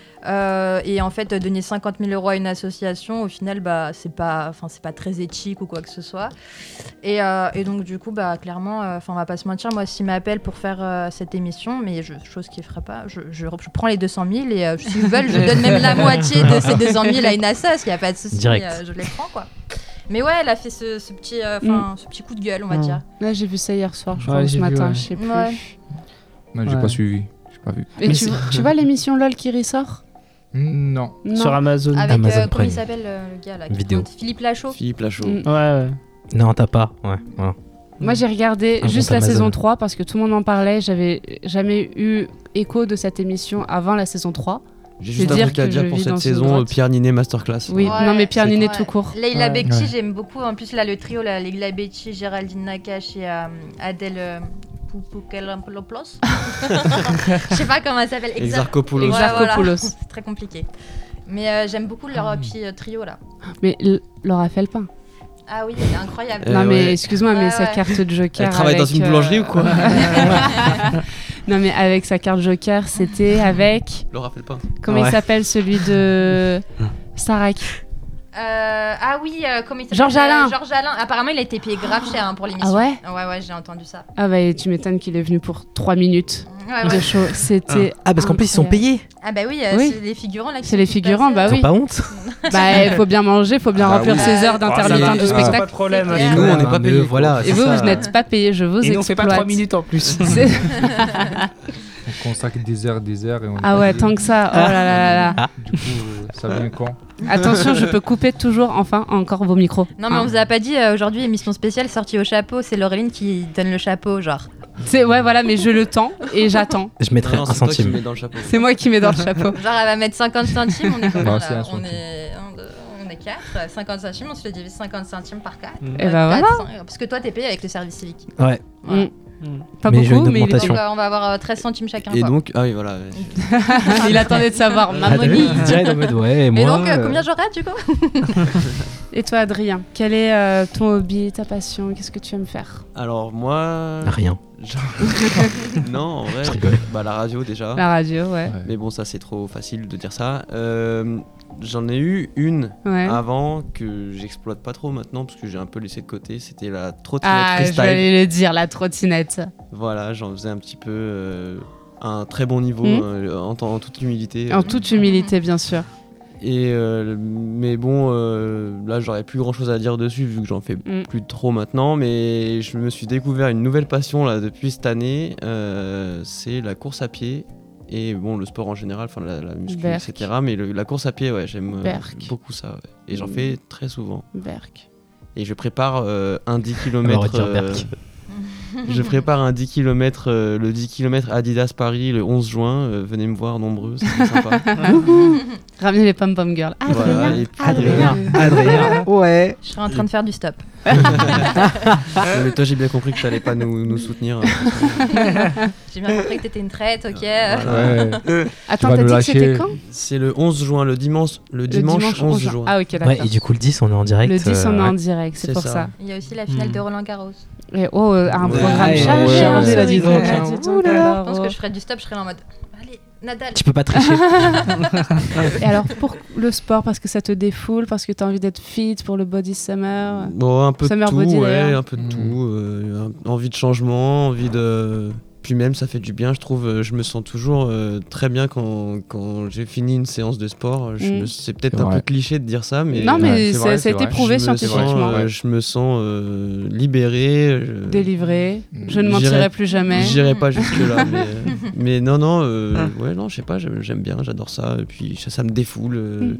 Et en fait, donner 50 000 € à une association, au final, bah, c'est pas très éthique ou quoi que ce soit. Et donc, du coup, bah, clairement, on va pas se mentir, moi, s'il m'appelle pour faire cette émission, mais chose qu'il fera pas, je prends les 200 000 et s'ils veulent, je donne même la moitié de ces 200 000 à une asso, il n'y a pas de souci, je les prends, quoi. Mais ouais, elle a fait ce petit coup de gueule, on va dire. Là, j'ai vu ça hier soir, je crois, Ouais, ce j'ai vu, matin, ouais. je sais plus. Ouais. Non, j'ai Ouais. pas suivi. J'ai pas vu. Et Mais tu vois l'émission LOL qui ressort? Non. Non. Sur Amazon. Avec, Amazon comment il Prime. s'appelle le gars là qui Vidéo. présente Philippe Lachaud. Philippe Lachaud. Ouais. Non, t'as pas. Ouais, voilà. Moi, j'ai regardé Un juste compte la Amazon. saison 3 parce que tout le monde en parlait. J'avais jamais eu écho de cette émission avant la saison 3. J'ai Je juste veux un dire truc à que dire je pour vis dans cette une saison, grotte. Pierre Ninet Masterclass. Oui, Ouais, non, mais Pierre c'est Ninet vrai. tout court. Leila Ouais. Bekti, Ouais. j'aime beaucoup. En plus, là, le trio, là, Leila Bekti, Géraldine Nakache et Adèle Poukalopoulos. Je sais pas comment elle s'appelle. Exarchopoulos. Ouais, Exarchopoulos. voilà. C'est très compliqué. Mais j'aime beaucoup leur petit trio là. Mais Laura Felpin. Ah oui, elle est incroyable. Euh, non, mais ouais. excuse-moi, mais Ouais, sa ouais. carte de Joker. Elle travaille dans avec, une boulangerie ou quoi? Non, mais avec sa carte Joker, c'était avec. Laura Felpin. Comment il Ouais. s'appelle celui de. Starac. Ah oui, comment il s'appelle Georges Alain. Georges Alain. Apparemment, il a été payé grave cher hein, pour l'émission. Ah ouais Ouais, j'ai entendu ça. Ah, bah, et tu m'étonnes qu'il est venu pour 3 minutes Ouais, de ouais. show. C'était. Ah, parce qu'en plus, ils sont payés. Ah bah oui, Oui. c'est les figurants là. qui C'est les sont figurants, passés. bah Ils oui. ont pas honte. Bah, il faut bien manger, il faut bien Bah remplir oui. ses heures Ah, d'intermittent ça, du ça, spectacle. Pas de problème. C'est Et clair. nous, on n'est pas payés. Voilà. Et c'est vous, ça. vous n'êtes pas payés, je vous Et nous, on fait pas 3 exploite. minutes en plus. C'est- On consacre des heures et on. Ah ouais, tant que ça. Oh là là là là. Du coup, ça vient quand? Attention, je peux couper toujours, encore vos micros. Non, mais on vous a pas dit, aujourd'hui, émission spéciale sortie au chapeau, c'est Laureline qui donne le chapeau, genre. Ouais, voilà, mais je le tends et j'attends. Je mettrai 1 centime. C'est moi qui mets dans le chapeau. Genre, elle va mettre 50 centimes, on est combien Non, là on est 4, 50 centimes, on se le divise 50 centimes par 4. Et bah voilà. Parce que toi, t'es payé avec le service civique. Ouais. Voilà. Pas Mais j'ai beaucoup, une mais augmentation. Donc, on va avoir 13 centimes chacun. Et quoi. donc, ah oui, voilà. il attendait de savoir. Mamoni. Direct en mode, ouais, Et moi. donc, combien j'aurai du coup? Et toi, Adrien, quel est ton hobby, ta passion? Qu'est-ce que tu aimes faire? Alors, moi. Rien. Non, en vrai, Je rigole. la radio déjà. La radio, ouais. Mais bon, ça c'est trop facile de dire ça. J'en ai eu une Ouais. avant que j'exploite pas trop maintenant parce que j'ai un peu laissé de côté. C'était la trottinette Ah, je freestyle. vais le dire, la trottinette. Voilà, j'en faisais un petit peu à un très bon niveau en toute humilité. En toute humilité, bien sûr. Et mais bon, là j'aurais plus grand chose à dire dessus vu que j'en fais plus trop maintenant. Mais je me suis découvert une nouvelle passion là depuis cette année. C'est la course à pied. Et bon, le sport en général, enfin la muscu, Berk. etc. Mais la course à pied, ouais, j'aime Berk. beaucoup ça. Ouais. Et j'en fais très souvent. Berk. Et je prépare un 10 On va km. dire Berk. Je prépare un 10 km, le 10 km Adidas Paris le 11 juin. Venez me voir nombreux, c'est sympa. Ramenez les pom-pom girls. Voilà, et puis, Adrien. Ouais. Je serais en train de faire du stop. mais toi, j'ai bien compris que t'allais pas nous soutenir. J'ai bien compris que t'étais une traite, ok. Ouais. Attends, vas t'as nous dit que lâcher. c'était quand? C'est le 11 juin, le dimanche 11 juin. Ah, ok, d'accord. Ouais, et du coup, le 10, on est en direct. Le 10, on est en ouais. direct, c'est C'est pour ça. ça. Il y a aussi la finale de Roland Garros. Et un programme Ouais, chargé, là, dis donc. Je pense que je ferais du stop, je serais là en mode allez, Nadal. Tu peux pas tricher. Et alors, pour le sport, parce que ça te défoule, parce que t'as envie d'être fit pour le Body Summer. Bon, un peu de Summer tout, body, ouais, d'ailleurs. un peu de tout. Envie de changement, envie de. Puis même, ça fait du bien, je trouve. Je me sens toujours très bien quand j'ai fini une séance de sport. C'est peut-être C'est un peu vrai. cliché de dire ça, mais. Non, mais c'est vrai, ça a été c'est prouvé je me scientifiquement. sens, je me sens libéré. Délivré. Je ne mentirai plus jamais. J'irai pas jusque-là, mais non, ouais, non, je sais pas, j'aime bien, j'adore ça. Et puis ça me défoule.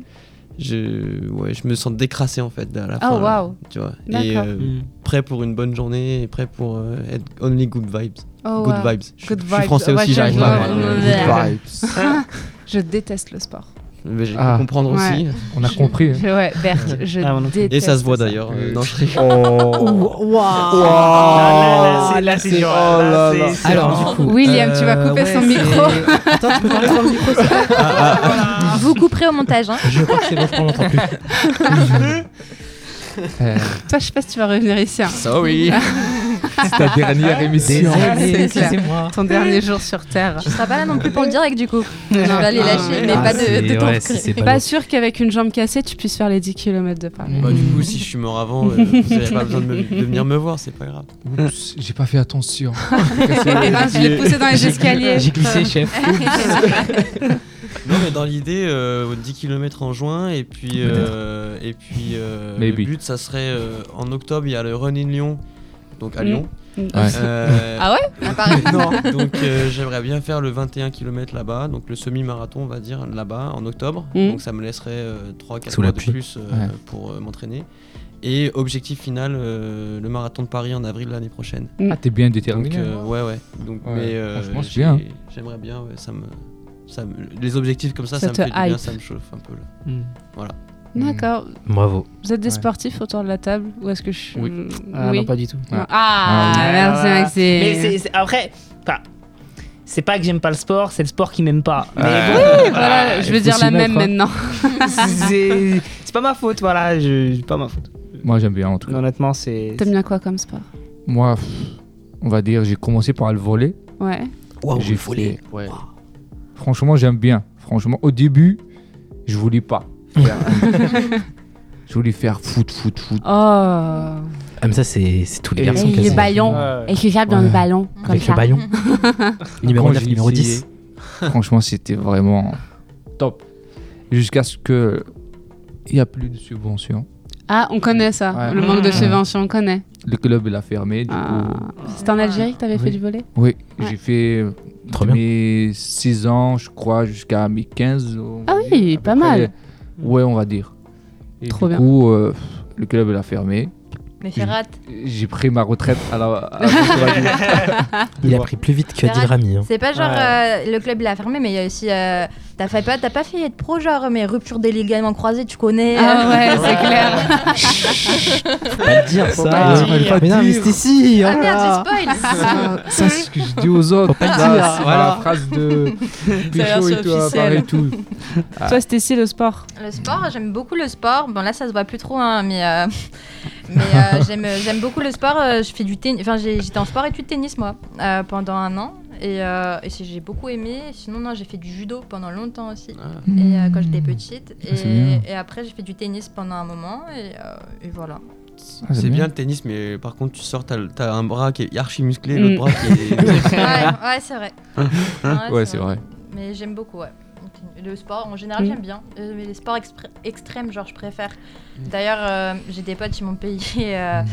Je me sens décrassé en fait à la fin. Oh, waouh. Tu vois. D'accord. Et prêt pour une bonne journée, et prêt pour être only good vibes. Oh, Good wow. vibes. Je Good suis vibes. français Ouais, aussi, j'arrive je pas. vois. Good vibes. Je déteste le sport. Mais j'ai pu Ah. comprendre aussi. On a compris. Hein. Ouais, Berk, je Ah, moi non plus. déteste Et ça se voit ça. d'ailleurs. Non, je rigole. Là, c'est dur. Là, c'est Alors, du coup. William, tu vas couper son micro. Attends, tu peux parler dans le micro, s'il te plaît Vous couperez au montage, hein. Je crois que c'est bon, je l'entends plus. Toi, je sais pas si tu vas revenir ici. Hein. Sorry. C'est ta dernière émission. C'est clair. excusez-moi. Ton dernier jour sur Terre. Tu seras pas là non plus pour le direct du coup. Je vais aller lâcher, mais pas de temps. c'est Pas sûr qu'avec une jambe cassée, tu puisses faire les 10 km de Paris. Bah, du coup, si je suis mort avant, vous n'avez pas besoin de venir me voir, c'est pas grave. Oups, j'ai pas fait attention. Et ben, je l'ai poussé dans les escaliers. J'ai glissé, chef. Non, mais dans l'idée, 10 km en juin, et puis le Maybe. but, ça serait en octobre, il y a le Run in Lyon, donc à Lyon. Ouais. Ah ouais? À Paris. Non, donc j'aimerais bien faire le 21 km là-bas, donc le semi-marathon, on va dire, là-bas, en octobre. Donc ça me laisserait 3-4 Sous mois la de pluie. plus pour m'entraîner. Et objectif final, le marathon de Paris en avril l'année prochaine. Ah, t'es bien Donc, déterminé. ouais. Donc, Ouais, mais franchement, c'est bien. j'aimerais bien, ouais, les objectifs comme ça Ça me te fait du bien, hype. ça me chauffe un peu. Là. Voilà. D'accord. Bravo. Vous êtes des Ouais. sportifs autour de la table? Ou est-ce que je suis. Oui. Ah, non, pas du tout. Ouais. Ah, merci Maxime. Mais après, enfin, c'est pas que j'aime pas le sport, c'est le sport qui m'aime pas. Mais Oui, voilà, je vais faut dire s'y la même mettre, hein. maintenant. c'est pas ma faute, voilà, pas ma faute. Moi, j'aime bien en tout cas. Honnêtement, c'est. T'aimes bien quoi comme sport? Moi, on va dire, j'ai commencé par le volley. Ouais. Waouh, J'ai il faut les. fait- ouais. Franchement, j'aime bien. Franchement, au début, je voulais pas. Je voulais faire foot. Oh. Ah, mais ça, c'est tous les Et garçons Et quasi. les ballons. Ouais. Et je jappe dans Ouais. le ballon. Comme Avec ça. le baillon. Numéro Quand 9, j'ai numéro essayé, 10. Franchement, c'était vraiment top. Jusqu'à ce que il n'y a plus de subventions. Ah, on connaît ça. Ouais. Le manque de subvention, on connaît. Le club, il a fermé. Du Ah. coup, C'était en Algérie que t'avais fait Oui. du volley? oui, Ouais. j'ai fait Trop bien. mes 6 ans, je crois, jusqu'à mes 15. on Ah va oui, dire. pas Après, mal. Ouais, on va dire. Et Trop du bien. coup, le club, il a fermé. Mais Ferrat. J'ai pris ma retraite à la Il a pris plus vite que Adil Rami. Hein. C'est pas genre le club il a fermé, mais il y a aussi t'as pas fait être pro genre mais rupture des ligaments croisés, tu connais. Ah ouais, c'est clair. Faut pas le dire ça. Mais non, mais c'était si. Ah merde, j'ai spoil. Ça, c'est ce que je dis aux autres. Faut pas le dire. C'est Voilà. la phrase de Pécho et tout, à part et tout. Toi, c'était si le sport. Le sport, j'aime beaucoup le sport. Bon là ça se voit plus trop hein, mais j'aime beaucoup le sport. Je fais du tennis. Enfin j'étais en sport études tennis moi pendant 1 an et j'ai beaucoup aimé. Sinon non j'ai fait du judo pendant longtemps aussi et quand j'étais petite et après j'ai fait du tennis pendant un moment et voilà. C'est bien le tennis, mais par contre, tu sors, t'as un bras qui est archi musclé, l'autre bras qui est. ouais, c'est vrai. Ouais, c'est vrai. Mais j'aime beaucoup, ouais. Le sport, en général, j'aime bien. Mais les sports extrêmes, genre, je préfère. D'ailleurs, j'ai des potes qui m'ont payé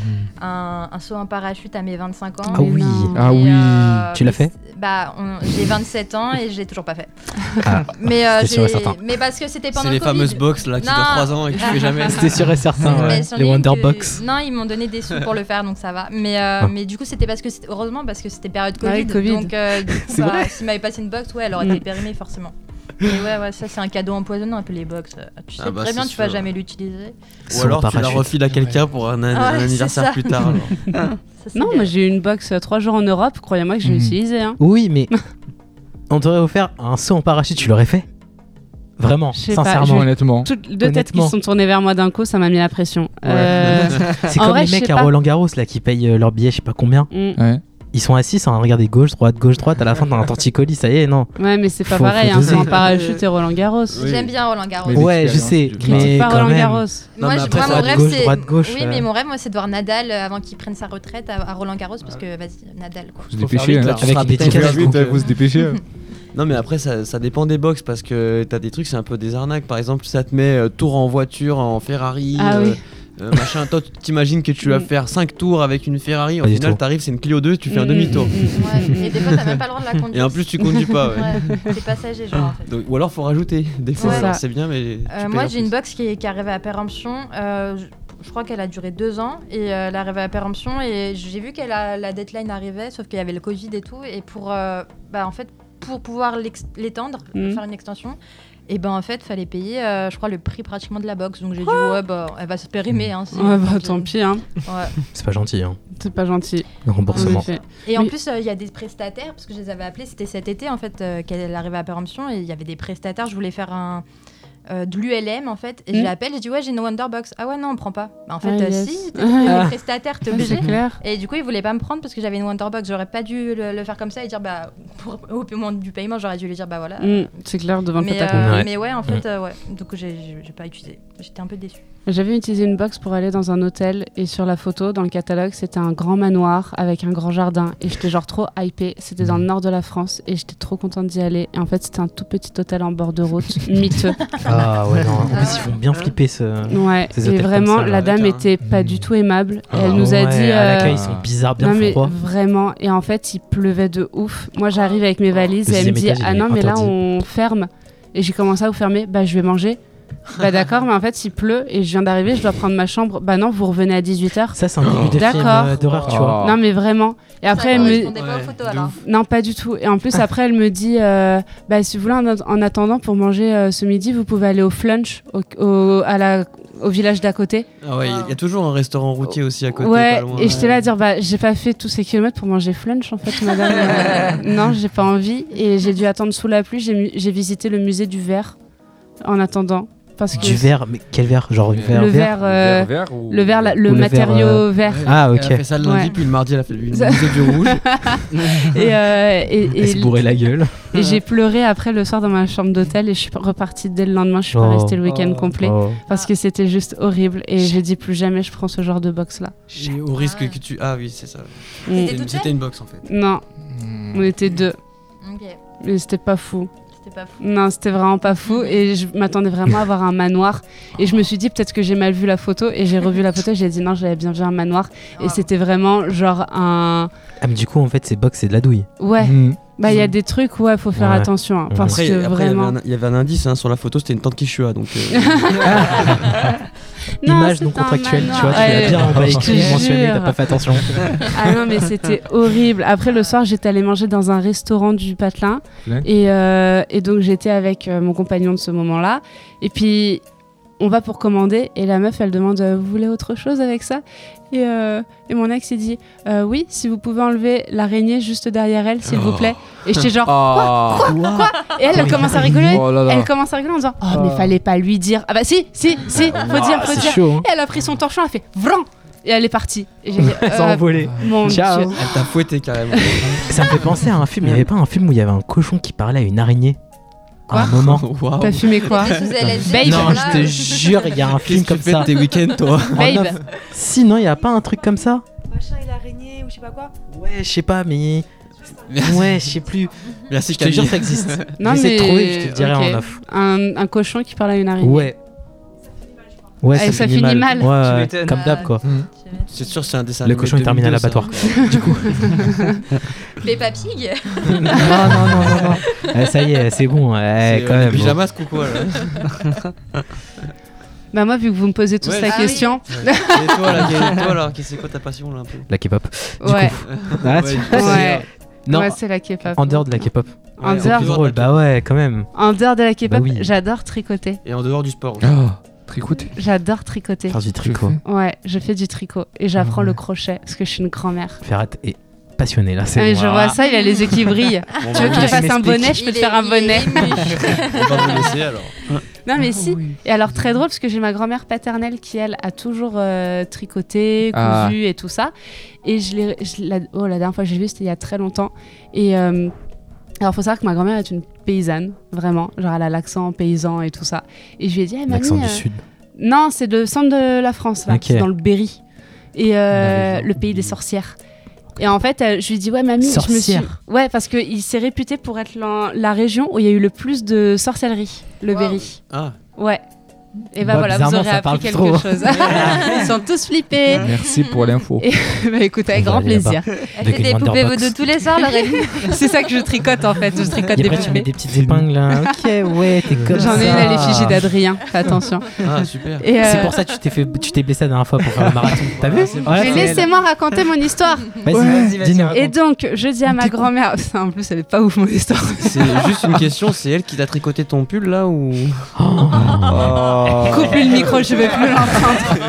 un saut en parachute à mes 25 ans. Ah oui. Ah oui. Tu l'as fait ? Bah, j'ai 27 ans et je l'ai toujours pas fait. Ah, mais c'était sûr et certain. Mais parce que c'était pendant C'est le les Covid. fameuses box là qui durent 3 ans et que tu fais jamais. C'était sûr et certain, ouais. Les Wonderbox. Non, ils m'ont donné des sous pour le faire, donc ça va. Mais du coup, c'était parce que heureusement parce que c'était période Covid. Ouais, Covid. Donc du coup, s'il m'avait passé une box, ouais, elle aurait été périmée forcément. Mais ouais, ça c'est un cadeau empoisonnant un peu les box. Tu sais très bien, tu vas jamais l'utiliser. Ou alors tu la refiles à quelqu'un pour un anniversaire plus tard. Non, moi j'ai eu une box 3 jours en Europe, croyez-moi que je l'ai utilisée. Hein. Oui, mais on t'aurait offert un saut en parachute, tu l'aurais fait ? Vraiment, sincèrement. Honnêtement. Toutes deux têtes qui se sont tournées vers moi d'un coup, ça m'a mis la pression. C'est comme les mecs à Roland Garros là qui payent leur billet, je sais pas combien. Ouais. Ils sont assis sans regarder gauche, droite, à la fin t'as un torticolis, ça y est, non. Ouais, mais c'est pas pareil, hein, c'est en parachute et Roland Garros. Oui. J'aime bien Roland Garros. Ouais, je sais, mais pas quand Roland même. Garros. Moi, mon rêve, c'est droite-gauche. Oui, mais mon rêve, moi, c'est de voir Nadal avant qu'il prenne sa retraite à Roland Garros, parce que vas-y, Nadal. Quoi. Faut se dépêcher, avec des petits casques. Faut se dépêcher. Non mais après ça dépend des box parce que t'as des trucs c'est un peu des arnaques. Par exemple ça te met tour en voiture, en Ferrari, machin. Toi tu t'imagines que tu vas faire 5 tours avec une Ferrari, au final t'arrives c'est une Clio 2, tu fais un demi-tour. Ouais, et des fois t'as même pas le droit de la conduire. Et en plus tu conduis pas, t'es passager genre en fait. Donc, ou alors faut rajouter, des fois Ouais. c'est bien mais... moi j'ai une box qui est arrivée à péremption, je crois qu'elle a duré 2 ans et elle est arrivée à péremption et j'ai vu que la deadline arrivait sauf qu'il y avait le Covid et tout et en fait pour pouvoir l'étendre, faire une extension, et ben en fait fallait payer je crois le prix pratiquement de la box, donc j'ai dit elle va se périmer hein, tant pis hein. C'est pas gentil hein. C'est pas gentil. Le remboursement. Et en plus il y a des prestataires parce que je les avais appelés, c'était cet été en fait qu'elle arrivait à péremption et il y avait des prestataires, je voulais faire de l'ULM en fait et je l'appelle, je dis ouais j'ai une Wonderbox, ah ouais non on prend pas, bah, en fait si les prestataires t'es obligé et du coup ils voulaient pas me prendre parce que j'avais une Wonderbox, j'aurais pas dû le faire comme ça et dire bah au paiement du paiement j'aurais dû lui dire bah voilà c'est clair devant le fait mais ouais en fait donc j'ai pas utilisé, j'étais un peu déçue. J'avais utilisé une box pour aller dans un hôtel et sur la photo, dans le catalogue, c'était un grand manoir avec un grand jardin et j'étais genre trop hypée. C'était dans le nord de la France et j'étais trop contente d'y aller. Et en fait, c'était un tout petit hôtel en bord de route, miteux. Ah ouais, non, en plus ils font bien flipper Ouais, et vraiment, la dame était pas du tout aimable. Et elle nous a dit... à l'accueil, ils sont bizarres, bien froids. Vraiment, et en fait, il pleuvait de ouf. Moi, j'arrive avec mes valises et elle me dit « Ah non, mais là, on ferme. » Et j'ai commencé à vous fermer. Bah, je vais manger. Bah d'accord, mais en fait il pleut et je viens d'arriver, je dois prendre ma chambre. Bah non, vous revenez à 18h. Ça c'est un début de film d'horreur, tu vois. Non mais vraiment. Et après elle me pas aux photos, alors. Non, pas du tout. Et en plus après elle me dit bah si vous voulez en attendant pour manger ce midi, vous pouvez aller au Flunch au village d'à côté. Ah ouais, il y a toujours un restaurant routier aussi à côté. Ouais, pas loin, et j'étais là à dire bah j'ai pas fait tous ces kilomètres pour manger Flunch en fait madame. Non, j'ai pas envie et j'ai dû attendre sous la pluie, j'ai visité le musée du verre en attendant. Parce que du verre, mais quel verre? Genre du verre le verre, le matériau vert. Ah ok. Elle a fait ça le lundi, puis le mardi elle a fait le musée du rouge. Elle s'est bourré la gueule. Et j'ai pleuré après le soir dans ma chambre d'hôtel et je suis repartie dès le lendemain. Je suis pas restée le week-end complet parce que c'était juste horrible et j'ai dit plus jamais je prends ce genre de box là. Et au risque que tu... Ah oui c'est ça. C'était une box en fait. Non, on était 2. Ok. Mais c'était pas fou. pas fou. Non, c'était vraiment pas fou. Et je m'attendais vraiment à avoir un manoir. Et je me suis dit, peut-être que j'ai mal vu la photo. Et j'ai revu la photo et j'ai dit, non, j'avais bien vu un manoir. Et c'était vraiment genre un... Ah, mais du coup, en fait, ces box, c'est de la douille. Ouais. Bah, il y a des trucs où il faut faire attention. Hein, parce après, que vraiment... il y avait un indice sur la photo, c'était une tante Quechua. Donc, Image non contractuelle, tu vois, tu l'as bien mentionné, t'as pas fait attention. Ah non, mais c'était horrible. Après, le soir, j'étais allée manger dans un restaurant du Patelin. Et donc, j'étais avec mon compagnon de ce moment-là. Et puis, on va pour commander. Et la meuf, elle demande, vous voulez autre chose avec ça ? Et mon ex, il dit, oui, si vous pouvez enlever l'araignée juste derrière elle, s'il vous plaît. Et j'étais genre, quoi ? Et elle commence à rigoler. Elle commence à rigoler en disant, oh, mais fallait pas lui dire. Ah bah si, faut dire. Chaud, hein. Et elle a pris son torchon, elle a fait, vran ! Et elle est partie. Et j'ai dit, ça a envolé. Mon Ciao. Dieu. elle t'a fouetté carrément. Ça me fait penser à un film. Il n'y avait pas un film où il y avait un cochon qui parlait à une araignée Quoi ? à un moment. Wow. T'as fumé quoi ? Babe. Non, je te jure, il y a un film comme ça. Tes week-ends, toi. Babe. Sinon, il n'y a pas un truc comme ça ? Machin et l'araignée ou je sais pas quoi. Ouais, je sais pas, mais. Ouais, je sais plus. Merci, Je te jure, ça existe. Non, J'essaie mais... de trouver, je te dirai ok. en off. Un cochon qui parle à une araignée. Ouais. Ouais, Ah, ça finit mal. Ouais, Tu m'étonnes. comme d'hab, quoi. C'est sûr, c'est un dessin. Le animé cochon est terminé à 2002, l'abattoir. ça. Du coup. Peppa Pig. non. Ça y est, c'est bon. C'est Quand même. pyjamas, coucou. Là. Bah moi, vu que vous me posez tous Ouais, la ah question... Et toi, là, c'est quoi ta passion là un peu? La K-pop. Ouais. Ah, Ouais. Non, Ouais, c'est la K-pop. en dehors de la K-pop. En Ouais, dehors, C'est drôle, bah ouais, quand même. en dehors de la K-pop, Bah oui. j'adore tricoter. Et en dehors du sport. aussi. Tricoter. J'adore tricoter. Faire du tricot. Ouais, je fais du tricot et j'apprends Ouais. le crochet parce que je suis une grand-mère. Ferrat est passionné là, c'est Ah, mais bon. je vois ça, il a les yeux qui brillent. Bon, Tu veux que je te fasse un bonnet, je peux te faire un bonnet. On va vous laisser alors. Non mais si. Et alors très drôle parce que j'ai ma grand-mère paternelle qui elle a toujours tricoté, cousu et tout ça. Et la dernière fois que j'ai vu c'était il y a très longtemps. Et alors faut savoir que ma grand-mère est une paysanne, vraiment. Genre elle a l'accent paysan et tout ça. Et je lui ai dit, hey, mamie, L'accent du sud. non, c'est le centre de la France, là. Ok. C'est dans le Berry. Et le pays des sorcières. Et en fait, je lui dis, ouais, mamie, je me suis... Sorcière. Ouais, parce qu'il s'est réputé pour être la région où il y a eu le plus de sorcellerie, le Wow. Berry. Ah. Ouais. Et bah Bah, voilà, vous bizarrement, aurez ça appris parle quelque trop. chose. Ils sont tous flippés. Merci pour l'info. Et bah écoute, avec On va grand aller là-bas. plaisir. Elle De fait des Game poupées Wonderbox. de tous les soirs, Laureline. C'est ça que je tricote en fait. Je tricote Et des après, tu mets poupées. des petites épingles là. Ok, ouais, t'es comme ça. J'en ai une à l'effigie d'Adrien. Fais attention. Ah, super. Et, C'est pour ça que tu t'es blessé la dernière fois pour faire le marathon. T'as vu? mais laissez-moi raconter mon histoire. Vas-y, dis-nous. Et donc, je dis à ma grand-mère. En plus, elle est pas ouf mon histoire. C'est juste une question, c'est elle qui t'a tricoté ton pull là ou. Coupe le micro, je vais plus l'entendre.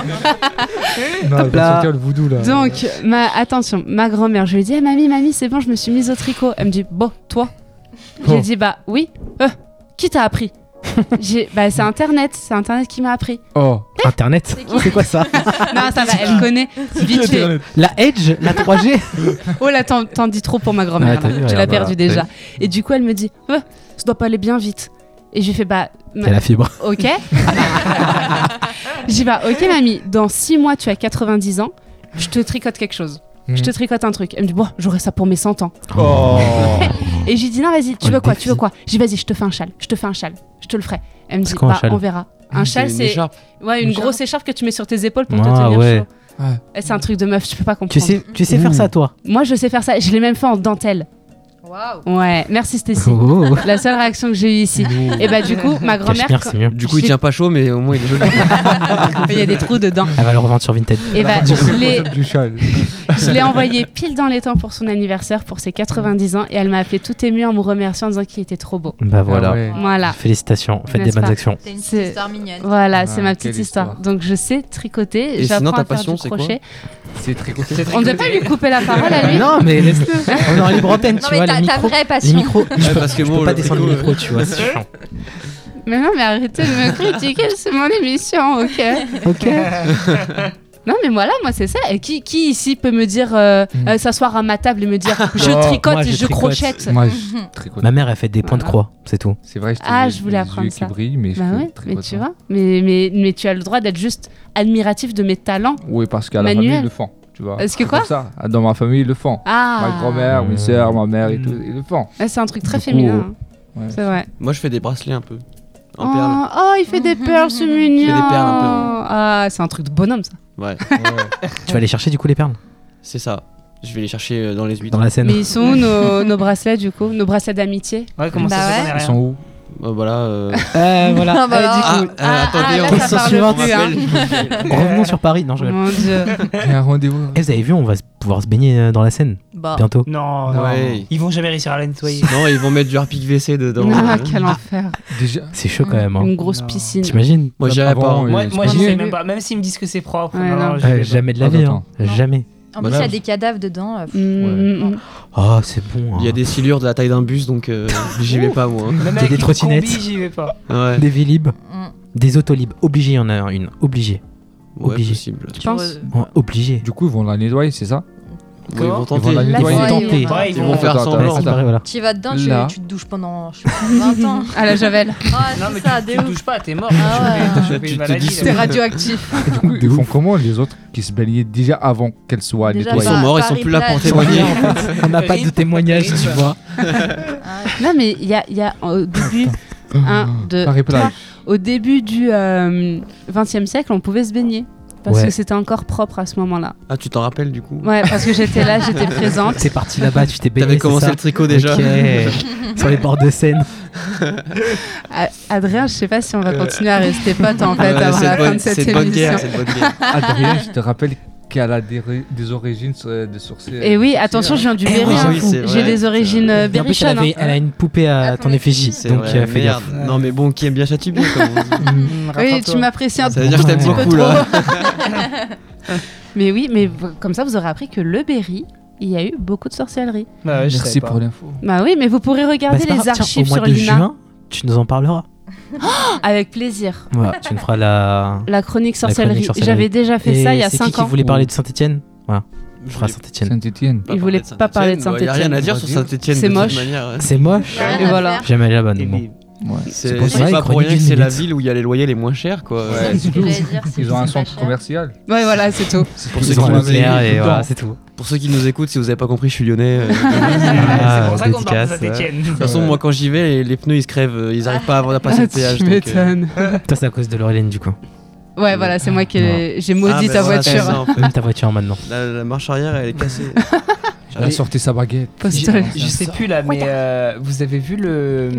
Non, il va là. sortir le voodoo là. Donc, attention, ma grand-mère, je lui ai dit, mamie, c'est bon, je me suis mise au tricot. Elle me dit, bon, toi J'ai dit, bah oui. Qui t'a appris Bah c'est Internet qui m'a appris. Oh. Internet, c'est quoi ça? Non, ça va, elle connaît vite fait. La Edge, la 3G? Oh là, t'en dis trop pour ma grand-mère, Ouais, t'as là. vu, Tu regarde, l'as perdu voilà. déjà. Et du coup, elle me dit, ça doit pas aller bien vite. Et j'ai fait, bah... C'est la fibre. Ok. J'ai dit, bah ok mamie, dans 6 mois tu as 90 ans, je te tricote quelque chose. Je te tricote un truc. Elle me dit, bon, j'aurai ça pour mes 100 ans. Oh. Et j'ai dit, non, vas-y, tu Oh, veux le quoi défi. Tu veux quoi J'ai dit, vas-y, je te fais un châle, je te le ferai. Elle me dit, C'est quoi un bah châle on verra. Un châle, une c'est écharpe. ouais, une Une grosse écharpe que tu mets sur tes épaules pour te Ah, tenir ouais. chaud. Ouais. Et c'est un truc de meuf, tu peux pas comprendre. Tu sais faire ça, toi? Moi, je sais faire ça. Je l'ai même fait en dentelle. Waouh. Ouais, merci Stécie. Oh. La seule réaction que j'ai eue ici. Et bah du coup, ma grand-mère, Cachemire, c'est mieux. Du coup, il tient pas chaud, mais au moins il est joli. il y a des trous dedans. Elle va le revendre sur Vinted. Et bah, Du châle. je l'ai envoyé pile dans les temps pour son anniversaire, pour ses 90 ans, et elle m'a appelé tout émue en me remerciant en disant qu'il était trop beau. Bah voilà. Ah ouais. Voilà. Félicitations, faites des N'est-ce bonnes pas actions. C'est une C'est- petite histoire mignonne. Voilà, Ah, c'est ma petite quelle histoire. histoire. Donc je sais tricoter, Et sinon, j'apprends ta à faire passion, du c'est quoi crochet. C'est tricoter. On ne doit pas lui couper la parole à lui. Non, mais laisse-le. On est en libre antenne, Non, tu mais vois, ta les micros. vraie Les passion. micros, je peux, parce que je bon, peux pas le descendre le tricot, micro, tu vois, c'est chiant. Mais non, mais arrêtez de me critiquer, c'est mon émission, ok. Ok. Non, mais voilà, moi c'est ça. Et qui ici peut me dire, s'asseoir à ma table et me dire, je Oh, tricote moi, et je je tricote. crochette. Moi, je tricote. Ma mère, elle fait des points de croix, c'est tout. C'est vrai, Je voulais apprendre les ça. yeux qui brillent, mais je Bah fais ouais, tricoter. mais tu vois, mais tu as le droit d'être juste admiratif de mes talents. Oui, parce qu'à la Manuel. famille, ils le font. Tu vois. Est-ce que C'est quoi comme ça. Dans ma famille, ils le font. Ah, Ma grand-mère, mes soeurs, ma mère et tout, ils le font. Ouais, c'est un truc très Du coup, féminin. hein. C'est vrai. Moi, je fais des bracelets un peu. En perles. Oh, il fait des perles, c'est mignon. Il fait des perles un peu. Ah, c'est un truc de bonhomme, ça. Ouais. Tu vas aller chercher du coup les perles? C'est ça. Je vais les chercher dans les huîtres. Dans la Seine. Mais ils sont où nos bracelets, du coup? Nos bracelets d'amitié? Ouais, comment ça se fait? Ils sont où? Voilà. Attendez, on question suivante. Revenons sur Paris. Non, je Mon Dieu. Il y a un rendez-vous. Vous avez vu, on va pouvoir se baigner dans la Seine bientôt. Non, ils vont jamais réussir à la nettoyer. Non, ils vont mettre du Harpic WC dedans. Ah, quel enfer. Déjà, c'est chaud quand même. Une grosse piscine. T'imagines? Moi, j'irais pas. Moi, j'y vais même pas. Même s'ils me disent que c'est propre. Jamais de la vie. Jamais. En plus, il y a des cadavres dedans. Oh, c'est bon. Il y a des silures de la taille d'un bus, donc j'y vais pas, moi. Même avec des trottinettes. J'y vais pas. Ouais. Des Vélib. Des Autolib. Obligé, il y en a une. Obligé. Ouais, obligé. Possible. Tu penses? Obligé. Du coup, ils vont la nettoyer, c'est ça? Ils vont tenter. Ils vont la nettoyer. Ils vont faire semblant. Tu vas dedans, tu te douches pendant 20 ans. À la javel. Non, mais tu te douches pas, t'es mort. T'es radioactif. Du coup, ils font comment les autres qui se baignaient déjà avant qu'elles soient nettoyées? Ils sont morts, ils sont plus là pour témoigner. On n'a pas de témoignage, tu vois. Non, mais il y a au début. 1, 2, 3. Au début du XXe siècle, on pouvait se baigner. Parce que c'était encore propre à ce moment-là. Ah, tu t'en rappelles du coup? Ouais, parce que j'étais là, j'étais présente. T'es parti là-bas, tu t'es baigné. T'avais commencé le tricot déjà. Ok. Sur les bords de Seine. Adrien, je sais pas si on va continuer à rester potes en fait avant la fin de cette émission. Adrien, je te rappelle qu'elle a des origines de sorcière. Et oui, attention, je viens du Berry. J'ai des origines berrichonnes. Elle a une poupée à ton effigie. Donc fais gaffe. Non mais bon, qui aime bien châtie bien, comme on dit. Oui, tu m'apprécies un peu. Ça veut dire que je t'aime beaucoup là. Mais oui, mais comme ça, vous aurez appris que le Berry, il y a eu beaucoup de sorcellerie. Merci pour l'info. Bah oui, mais vous pourrez regarder les archives sur l'INA. Au mois de juin, tu nous en parleras. Avec plaisir. Ouais, tu me feras la chronique sorcellerie. J'avais déjà fait ça il y a 5 ans. C'est qui voulait parler de Saint-Etienne? Voilà. Je ferai Saint-Etienne. Saint-Etienne. Il voulait pas parler de Saint-Etienne. Il n'y a rien à dire sur Saint-Etienne. C'est moche. C'est moche. Et voilà. Jamais allé là-bas, non. C'est pas pour rien que c'est la ville où il y a les loyers les moins chers, quoi. Ils ont un centre commercial. Ouais, voilà, c'est tout. C'est pour ceux qui nous écoutent, et voilà, c'est tout. Pour ceux qui nous écoutent, si vous n'avez pas compris, je suis lyonnais. C'est pour ça qu'on parle de Saint-Etienne. De toute façon, moi quand j'y vais, les pneus ils se crèvent, ils n'arrivent pas à passer le péage. Tu m'étonnes. Toi, c'est à cause de Laurelène, du coup. Ouais, voilà, c'est moi qui j'ai maudit ta voiture. Même ta voiture maintenant. La marche arrière, elle est cassée. Elle a sorti sa baguette. Je sais plus là, mais vous avez vu le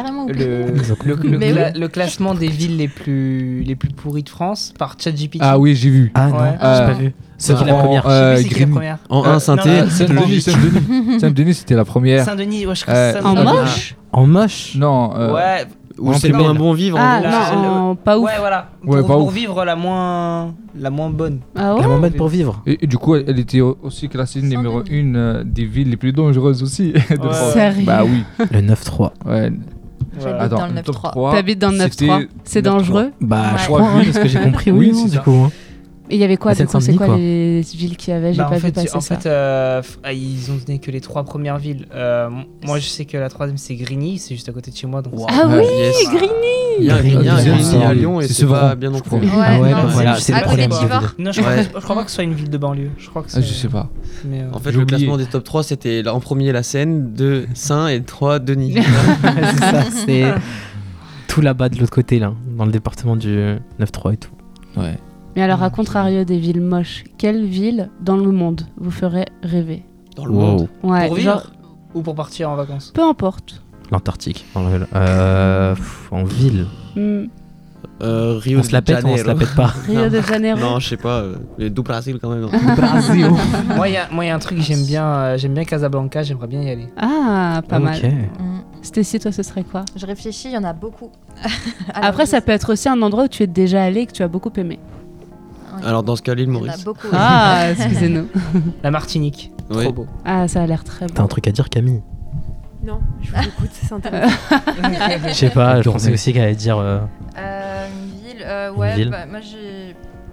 classement des villes les plus pourries de France par ChatGPT? Ah oui, j'ai vu. Ah non, j'ai pas vu. C'est qui la première? Je sais c'est qui la première. En 1, Saint-Denis. Saint-Denis, c'était la première. Saint-Denis, ouais, je crois que en moche? En moche? Non. Ouais. Ou c'est moins bon vivre. Ah non, pas ouf. Ouais, voilà. Pour vivre la moins bonne. Ah ouais? La moins bonne pour vivre. Et du coup, elle était aussi classée numéro 1 des villes les plus dangereuses aussi de France. Sérieux? Bah oui. Le 9-3. Ouais. J'habite dans le 9-3. T'habites dans le 9-3? C'est dangereux? Bah je crois, oui, parce que j'ai compris, oui, du coup. Et il y avait quoi du coup? C'est quoi les villes qu'il y avait? J'ai pas vu passer ça. En fait, ils ont donné que les 3 premières villes. Moi, je sais que la 3e c'est Grigny, c'est juste à côté de chez moi. Donc ah oui, Grigny. Il y a Grigny à Lyon et c'est pas bien non plus. Ah ouais, voilà, c'est le problème. Non, je crois pas que ce soit une ville de banlieue. Je crois que je sais pas. En fait, le classement des top 3 c'était en premier la Seine, 2 Saint et 3 Denis. C'est ça, c'est tout là-bas de l'autre côté là, dans le département du 9-3 et tout. Ouais. Mais alors, à contrario des villes moches, quelle ville dans le monde vous ferait rêver? Dans le monde? Ouais, pour vivre ou pour partir en vacances? Peu importe. L'Antarctique. En ville. Rio on se la pète ou on se la pète pas? Rio de Janeiro. Non, je sais pas. Du Brésil quand même. Brésil. Moi, il y a un truc que j'aime bien Casablanca, j'aimerais bien y aller. Ah, pas mal. Stécie, toi, ce serait quoi? Je réfléchis, il y en a beaucoup. Après, ça peut être aussi un endroit où tu es déjà allé et que tu as beaucoup aimé. Alors, dans ce cas, l'île Maurice. Il y en a beaucoup. Ah, excusez-nous. La Martinique, trop beau. Ah, ça a l'air très beau. T'as un truc à dire, Camille? Non, je vous écoute, c'est intéressant. Je sais pas, je pensais aussi qu'elle allait dire. Une ville, ouais, ville. Bah, moi j'ai.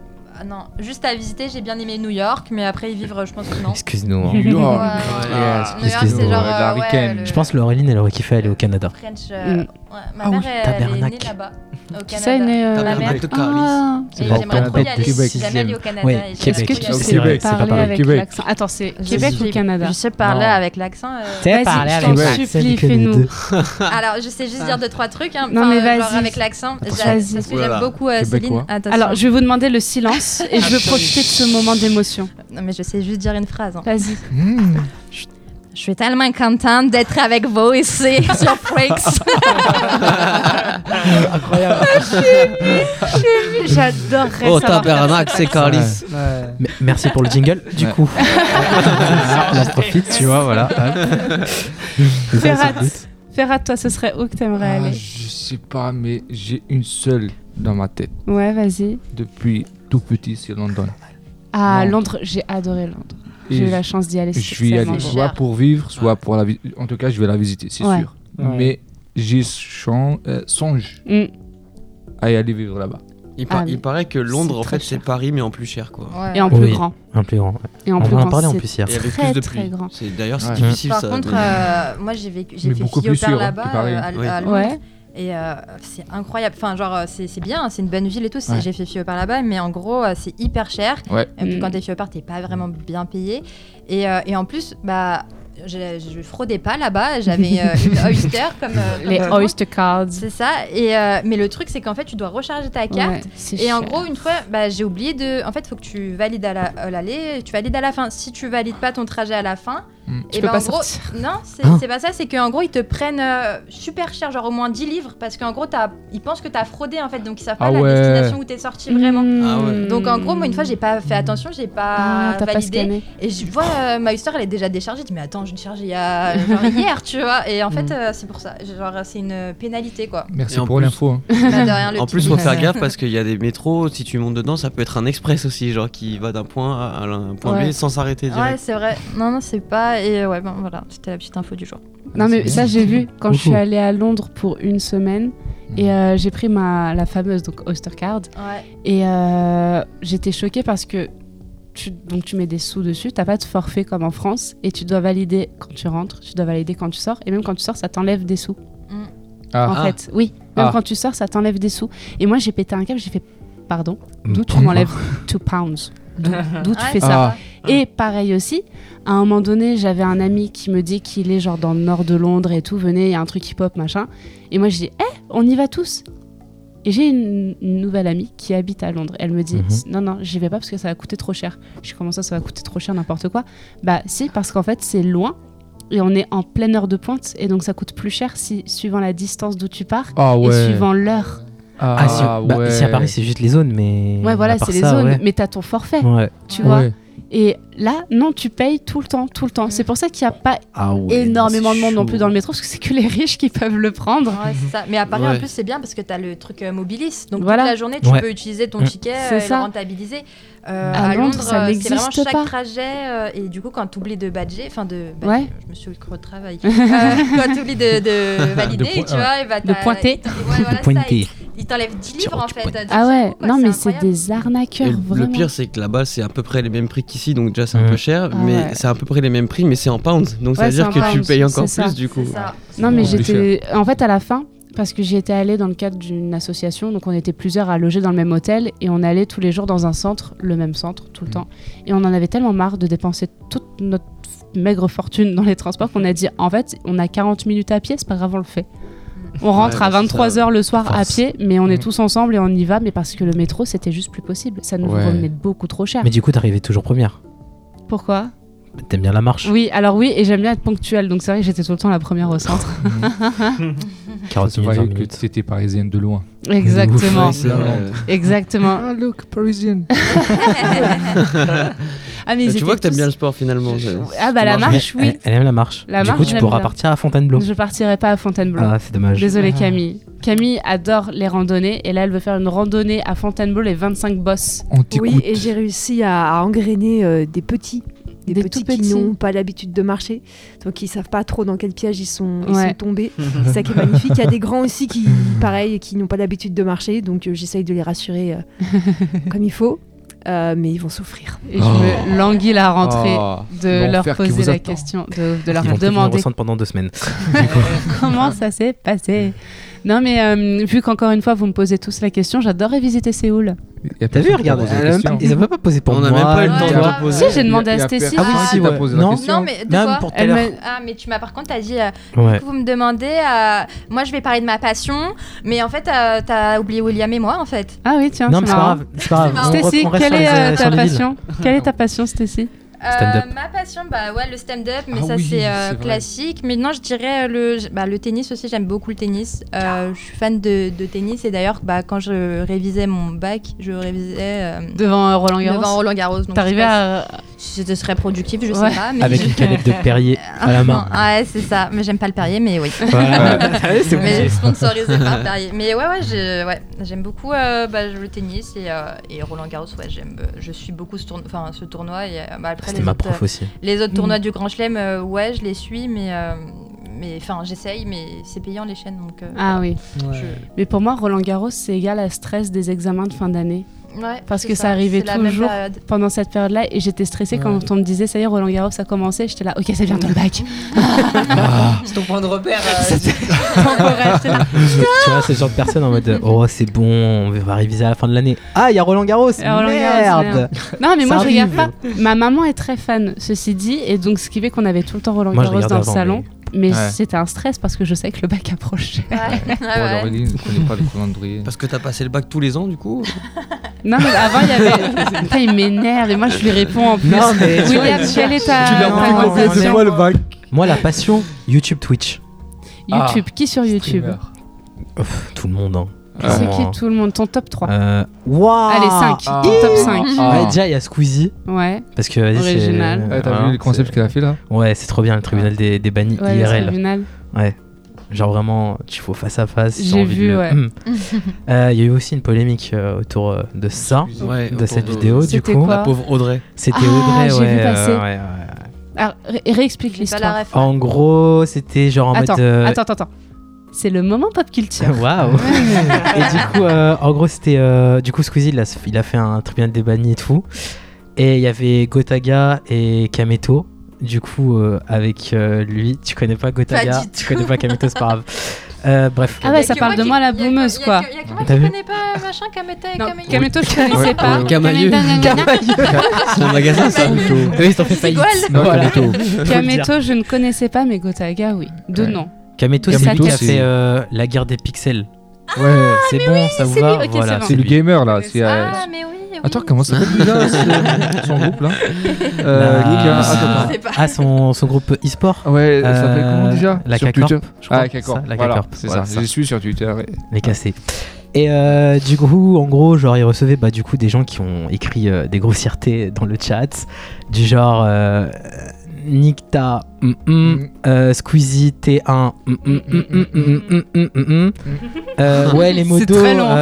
non, juste à visiter, j'ai bien aimé New York, mais après y vivre, je pense que non. Excuse-nous. New York. New York, c'est genre. Je pense que Laureline, elle aurait kiffé aller au Canada. French, ma mère, elle est née là-bas, au Canada. Qui ça est né ma mère de Carlis. Et j'aimerais trop y aller. J'ai jamais allé au Canada. Oui, Est-ce que tu sais parler avec l'accent? Attends, c'est Québec ou Canada? Je sais parler avec l'accent. Vas-y, parler avec l'accent. Supplie, fais-nous. Alors, je sais juste dire 2-3 trucs. Non, mais vas-y. Genre avec l'accent. Parce que j'aime beaucoup Céline. Alors, je vais vous demander le silence et je veux profiter de ce moment d'émotion. Non, mais je sais juste dire une phrase. Vas-y. Je suis tellement contente d'être avec vous ici sur Freaks. Incroyable. J'adorerais Oh, savoir. tabernacle, c'est Carlis. Merci pour le jingle. Du coup, on en profite, tu vois, voilà. Ferrat, toi, ce serait où que t'aimerais aller? Je sais pas, mais j'ai une seule dans ma tête. Ouais, vas-y. Depuis tout petit, c'est London. Ah, Londres, j'ai adoré Londres. J'ai eu la chance d'y aller. Je vais y aller soit pour vivre, soit pour la visiter. En tout cas, je vais la visiter, c'est sûr. Ouais. Mais j'ai songe à y aller vivre là-bas. Il paraît que Londres, en fait, c'est Paris, mais en plus cher, quoi. Ouais. Et en plus grand. Un plus grand. Et en on plus en grand. a parlé en plus hier. Et avec très, plus de très grand. D'ailleurs, c'est difficile, Par ça. Par contre, moi, j'ai fait fille au père là-bas, à Londres. Ouais. Et c'est incroyable. Enfin, genre, c'est bien, c'est une bonne ville et tout. Ouais. J'ai fait fille au père là-bas, mais en gros, c'est hyper cher. Ouais. Et puis, quand t'es fille au père, t'es pas vraiment bien payé. Et en plus, bah. Je fraudais pas là-bas, j'avais une Oyster comme les Oyster cards. C'est ça. Mais le truc, c'est qu'en fait, tu dois recharger ta carte. Ouais, et en gros, une fois, j'ai oublié de. En fait, il faut que tu valides à l'aller, tu valides à la fin. Si tu valides pas ton trajet à la fin, tu peux pas sortir. Non, c'est pas ça. C'est qu'en gros, ils te prennent super cher, genre au moins 10 livres, parce qu'en gros, ils pensent que t'as fraudé en fait, donc ils savent pas la destination où t'es sorti vraiment. Donc en gros, moi une fois, j'ai pas fait attention, j'ai pas validé. Et je vois ma Oyster, elle est déjà déchargée. Je dis mais attends, je l'ai chargée il y a genre hier, tu vois. Et en fait, c'est pour ça. Genre, c'est une pénalité quoi. Merci pour l'info. En plus, faut faire gaffe parce qu'il y a des métros. Si tu montes dedans, ça peut être un express aussi, genre qui va d'un point A à un point B sans s'arrêter direct. Ouais, c'est vrai. Non, c'est pas. Et ouais, bon, voilà, c'était la petite info du jour. Non, mais ça, j'ai vu quand je suis allée à Londres pour une semaine. Et j'ai pris la fameuse donc Oyster Card. Ouais. Et j'étais choquée parce que tu mets des sous dessus, t'as pas de forfait comme en France. Et tu dois valider quand tu rentres, tu dois valider quand tu sors. Et même quand tu sors, ça t'enlève des sous. En fait, oui. Même quand tu sors, ça t'enlève des sous. Et moi, j'ai pété un câble, j'ai fait pardon, d'où tu m'enlèves 2 pounds? D'où tu fais ça? Et pareil aussi, à un moment donné, j'avais un ami qui me dit qu'il est genre dans le nord de Londres et tout, venez, il y a un truc hip-hop, machin. Et moi, je dis, on y va tous. Et j'ai une nouvelle amie qui habite à Londres. Elle me dit, non, j'y vais pas parce que ça va coûter trop cher. Je dis, comment ça va coûter trop cher, n'importe quoi? Bah si, parce qu'en fait, c'est loin. Et on est en pleine heure de pointe. Et donc, ça coûte plus cher suivant la distance d'où tu pars et suivant l'heure. Si à Paris, c'est juste les zones, mais. Ouais, voilà, c'est les zones. Ouais. Mais t'as ton forfait, tu vois. Et là, non, tu payes tout le temps. C'est pour ça qu'il n'y a pas énormément de monde non plus dans le métro, parce que c'est que les riches qui peuvent le prendre. Ouais, c'est ça. Mais à Paris, en plus, c'est bien parce que tu as le truc Mobilis. Donc, toute la journée, tu peux utiliser ton ticket et le rentabiliser. À Londres, ça n'existe pas. C'est vraiment chaque trajet. Et du coup, quand tu oublies de badger, je me suis au micro de travail. Quand tu oublies de valider, tu vois, de pointer. Il t'enlève 10 livres en fait. Ah ouais, non mais c'est des arnaqueurs vraiment. Le pire c'est que là-bas c'est à peu près les mêmes prix qu'ici, donc déjà c'est un peu cher, mais c'est à peu près les mêmes prix, mais c'est en pounds, donc ça veut dire que tu payes encore plus du coup. Non mais j'étais, en fait à la fin, parce que j'y étais allée dans le cadre d'une association, donc on était plusieurs à loger dans le même hôtel et on allait tous les jours dans un centre, le même centre tout le temps, et on en avait tellement marre de dépenser toute notre maigre fortune dans les transports qu'on a dit en fait on a 40 minutes à pied, c'est pas grave, on le fait. On rentre à 23h le soir à pied, mais on est tous ensemble et on y va, mais parce que le métro, c'était juste plus possible. Ça nous revenait beaucoup trop cher. Mais du coup, t'arrivais toujours première. Pourquoi ? T'aimes bien la marche ? Oui, et j'aime bien être ponctuelle, donc c'est vrai que j'étais tout le temps la première au centre. 40 minutes, 20 minutes. C'était parisienne de loin. Exactement. Exactement. Ah, look, parisienne. Tu vois que t'aimes bien le sport finalement. La marche, oui. Elle aime la marche. Du coup, tu pourras partir à Fontainebleau. Je partirai pas à Fontainebleau. Ah, c'est dommage. Désolée Camille. Camille adore les randonnées et là elle veut faire une randonnée à Fontainebleau, les 25 bosses. Oui, et j'ai réussi à engrainer des petits qui n'ont pas l'habitude de marcher, donc ils savent pas trop dans quel piège ils sont tombés. C'est ça qui est magnifique. Il y a des grands aussi qui n'ont pas l'habitude de marcher, donc j'essaye de les rassurer comme il faut. mais ils vont souffrir. Et je me languis la rentrée de leur poser la question, de leur demander. Ils vont pendant 2 semaines. Comment ça s'est passé? Non, mais vu qu'encore une fois, vous me posez tous la question, j'adorerais visiter Séoul. T'as vu, regarde, ils n'avaient pas posé pour moi. On n'a même pas eu le temps de la poser. Si, j'ai demandé à Stécie. Ah oui, si, t'as posé la question. Non, mais de quoi pour tout à l'heure. Ah, mais par contre, t'as dit, vous me demandez, moi je vais parler de ma passion, mais en fait, t'as oublié William et moi, en fait. Ah oui, tiens, non, mais c'est pas grave. Stécie, quelle est ta passion? Quelle est ta passion, Stécie? Ma passion, le stand-up, mais c'est classique. Mais non, je dirais le tennis aussi, j'aime beaucoup le tennis. Je suis fan de tennis et d'ailleurs, quand je révisais mon bac, je révisais devant Roland Garros. Devant Roland Garros. T'arrivais à... Si ce serait productif, je sais pas. Mais avec une canette de Perrier à la main. Ouais, c'est ça. Mais j'aime pas le Perrier, mais oui. Voilà. Mais sponsorisé par Perrier. Mais j'aime beaucoup le tennis et Roland Garros. Ouais, je suis beaucoup ce tournoi. Et, après, c'était ma prof aussi. Les autres tournois du Grand Chelem, je les suis, mais j'essaye, mais c'est payant les chaînes. Donc, ah oui. Mais pour moi, Roland Garros, c'est égal à stress des examens de fin d'année. Ouais, parce que ça arrivait toujours pendant cette période-là et j'étais stressée quand on me disait ça y est, Roland Garros a commencé, j'étais là, ok, c'est bientôt le bac. C'est ton point de repère. Tu vois, c'est le genre de personne en mode oh c'est bon, on va réviser à la fin de l'année. Ah, il y a Roland Garros. Merde. Non mais moi je regarde pas. Ma maman est très fan, ceci dit, et donc ce qui fait qu'on avait tout le temps Roland Garros dans le salon. Mais c'était un stress parce que je sais que le bac approchait. Aurélie ne connaît pas le calendrier. Parce que t'as passé le bac tous les ans du coup. Non mais avant il y avait... Putain, il m'énerve et moi je lui réponds en plus. Non mais William, quelle est ta c'est moi le bac. Moi la passion, YouTube, Twitch. YouTube, qui sur YouTube? Tout le monde hein. C'est qui tout le monde? Ton top 3? Wow. Allez, 5. Top 5. Ouais, déjà, il y a Squeezie. Ouais. Parce que, original. T'as vu le concept qu'il a fait là? Ouais, c'est trop bien, le tribunal des bannis IRL. Le tribunal. Ouais. Genre vraiment, tu faut face à face. J'ai vu, ouais. Il y a eu aussi une polémique autour de ça, de cette vidéo, du coup. La pauvre Audrey. C'était Audrey, j'ai vu passer. Ouais. Alors, réexplique l'histoire. En gros, c'était genre en mode... Attends. C'est le moment pop culture. Waouh. Et du coup, en gros, c'était... du coup, Squeezie, il a fait un tribunal des bannis et tout. Et il y avait Gotaga et Kameto. Du coup, avec lui, tu connais pas Gotaga, tu connais pas Kameto, c'est pas grave. Bref. Ah ouais, ça parle de moi, la boumeuse, quoi. Il y a que moi qui connais pas machin, Kameto et Kamayo. Kameto, je connaissais pas. Kamayo. C'est un magasin, ça. Oui, ils t'ont fait faillite. Kameto, je ne connaissais pas, mais Gotaga, oui. De nom. Kameto, c'est lui qui a fait la guerre des pixels. Ouais, c'est bon, ça vous va. Voilà, c'est le gamer là. Ah, mais oui. Attends, comment ça s'appelle déjà son groupe là son groupe e-sport. Ouais, ça s'appelle comment déjà? La K-Corp. Ah, K-Corp. La K-Corp, c'est ça. Je les suis sur Twitter. Les cassés. Et du coup, en gros, genre, ils recevaient du coup des gens qui ont écrit des grossièretés dans le chat, du genre Nikta, Squeezie T1, ouais, les modos, c'est très long.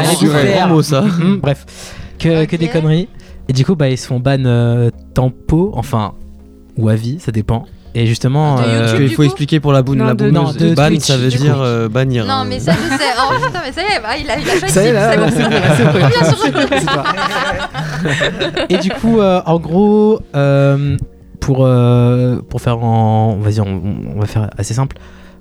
Bref, que des conneries. Et du coup, ils se font ban tempo, enfin, ou à vie, ça dépend. Et justement, il faut expliquer pour la bouneuse. Ban, Twitch, ça veut dire bannir. Non, mais ça, je sais. Oh putain, mais ça y est, il a choisi. C'est bon. Et du coup, en gros, pour faire vas-y, on va faire assez simple.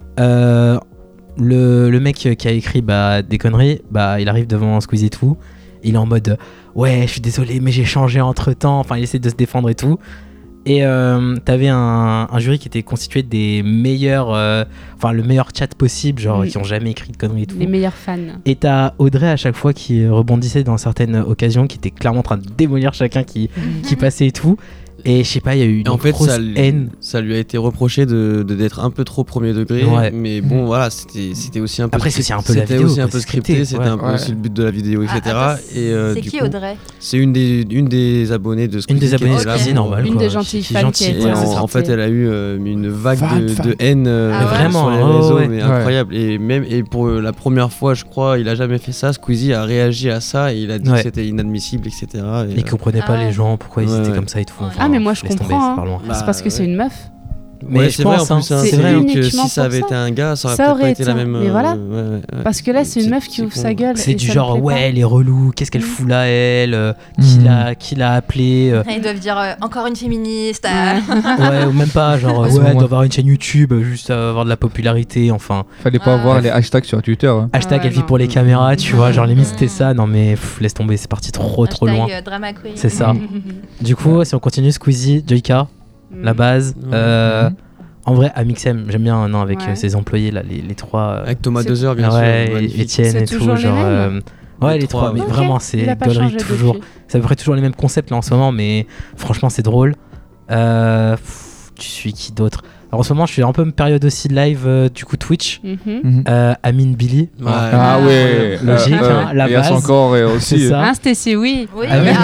Le mec qui a écrit des conneries, il arrive devant Squeezie et tout. Il est en mode ouais, je suis désolé, mais j'ai changé entre temps. Enfin, il essaie de se défendre et tout. Et t'avais un jury qui était constitué des meilleurs, le meilleur chat possible, genre qui ont jamais écrit de conneries et tout. Les meilleurs fans. Et t'as Audrey à chaque fois qui rebondissait dans certaines occasions, qui était clairement en train de démolir chacun qui passait et tout. Et je sais pas, il y a eu une grosse haine. Ça lui a été reproché d'être un peu trop premier degré, mais bon voilà, c'était aussi un peu. Après c'est un peu la vidéo, aussi un peu scripté, c'était un peu aussi le but de la vidéo, etc. C'est qui Audrey? C'est une des abonnées de Squeezie. Une des abonnées de Squeezie, normal. Une des gentilles fans qui a été en fait, elle a eu une vague de haine vraiment sur les réseaux, mais incroyable. Et même pour la première fois, je crois, il a jamais fait ça. Squeezie a réagi à ça et il a dit que c'était inadmissible, etc. Et qu'il comprenait pas les gens, pourquoi ils étaient comme ça et tout. Mais moi je comprends, c'est parce que c'est une meuf. Mais je pense, c'est vrai que si ça avait été un gars, ça aurait pas été la même. Mais voilà. Parce que là, c'est une meuf qui ouvre sa gueule. C'est du genre, ouais, elle est relou, qu'est-ce qu'elle fout là, elle, qui l'a appelée. Ils doivent dire encore une féministe. Ouais, ou même pas, genre, ouais, elle doit avoir une chaîne YouTube, juste avoir de la popularité, enfin. Fallait pas avoir les hashtags sur Twitter. Hashtag elle vit pour les caméras, tu vois, genre limite c'était ça. Non mais laisse tomber, c'est parti trop loin. Drama queen. C'est ça. Du coup, si on continue, Squeezie, Joyka, la base. En vrai, Amixem, j'aime bien avec ses employés là, les trois. Avec Thomas Dezer, bien sûr. Ouais, Etienne et tout, genre. Ouais, les trois, mais vraiment, c'est gaulerie toujours. C'est à peu près toujours les mêmes concepts là en ce moment, mais franchement, c'est drôle. Tu suis qui d'autre? Alors en ce moment, je suis un peu une période aussi de live, du coup Twitch. Amine Billy. Ah ouais, logique, la base. Il y a son corps aussi. C'est ça. Stacy, oui. Oui. Amine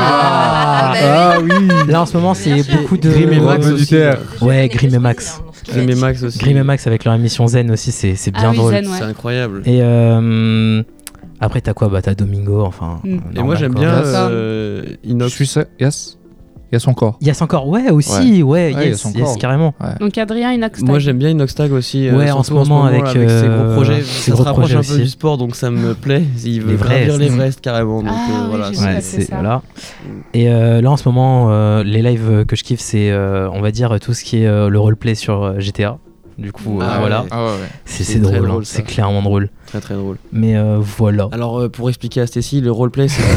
oui. Là en ce moment, c'est beaucoup de. Grim et Max aussi. Ouais, Grim et Max. Grim et Max aussi. Grim et Max avec leur émission Zen aussi, c'est bien drôle. Zen, ouais. C'est incroyable. Et après, t'as quoi? Bah, t'as Domingo, enfin. Et moi, j'aime bien Inox. Je suis ça, yes. Il y a son corps. Il y a son corps, ouais, aussi, yes, carrément. Ouais. Donc Adrien, Inoxtag. Moi j'aime bien Inoxtag aussi. Ouais, en ce moment avec ses gros projets. Ses ça gros se rapproche projets un peu aussi. du sport, donc ça me plaît. Il veut gravir l'Everest carrément. Donc voilà. Ouais, c'est ça. Voilà. Et là en ce moment, les lives que je kiffe, c'est on va dire tout ce qui est le roleplay sur GTA. Du coup, voilà. C'est drôle, hein. C'est clairement drôle. Très très drôle. Mais voilà. Alors pour expliquer à Stacy, le roleplay c'est.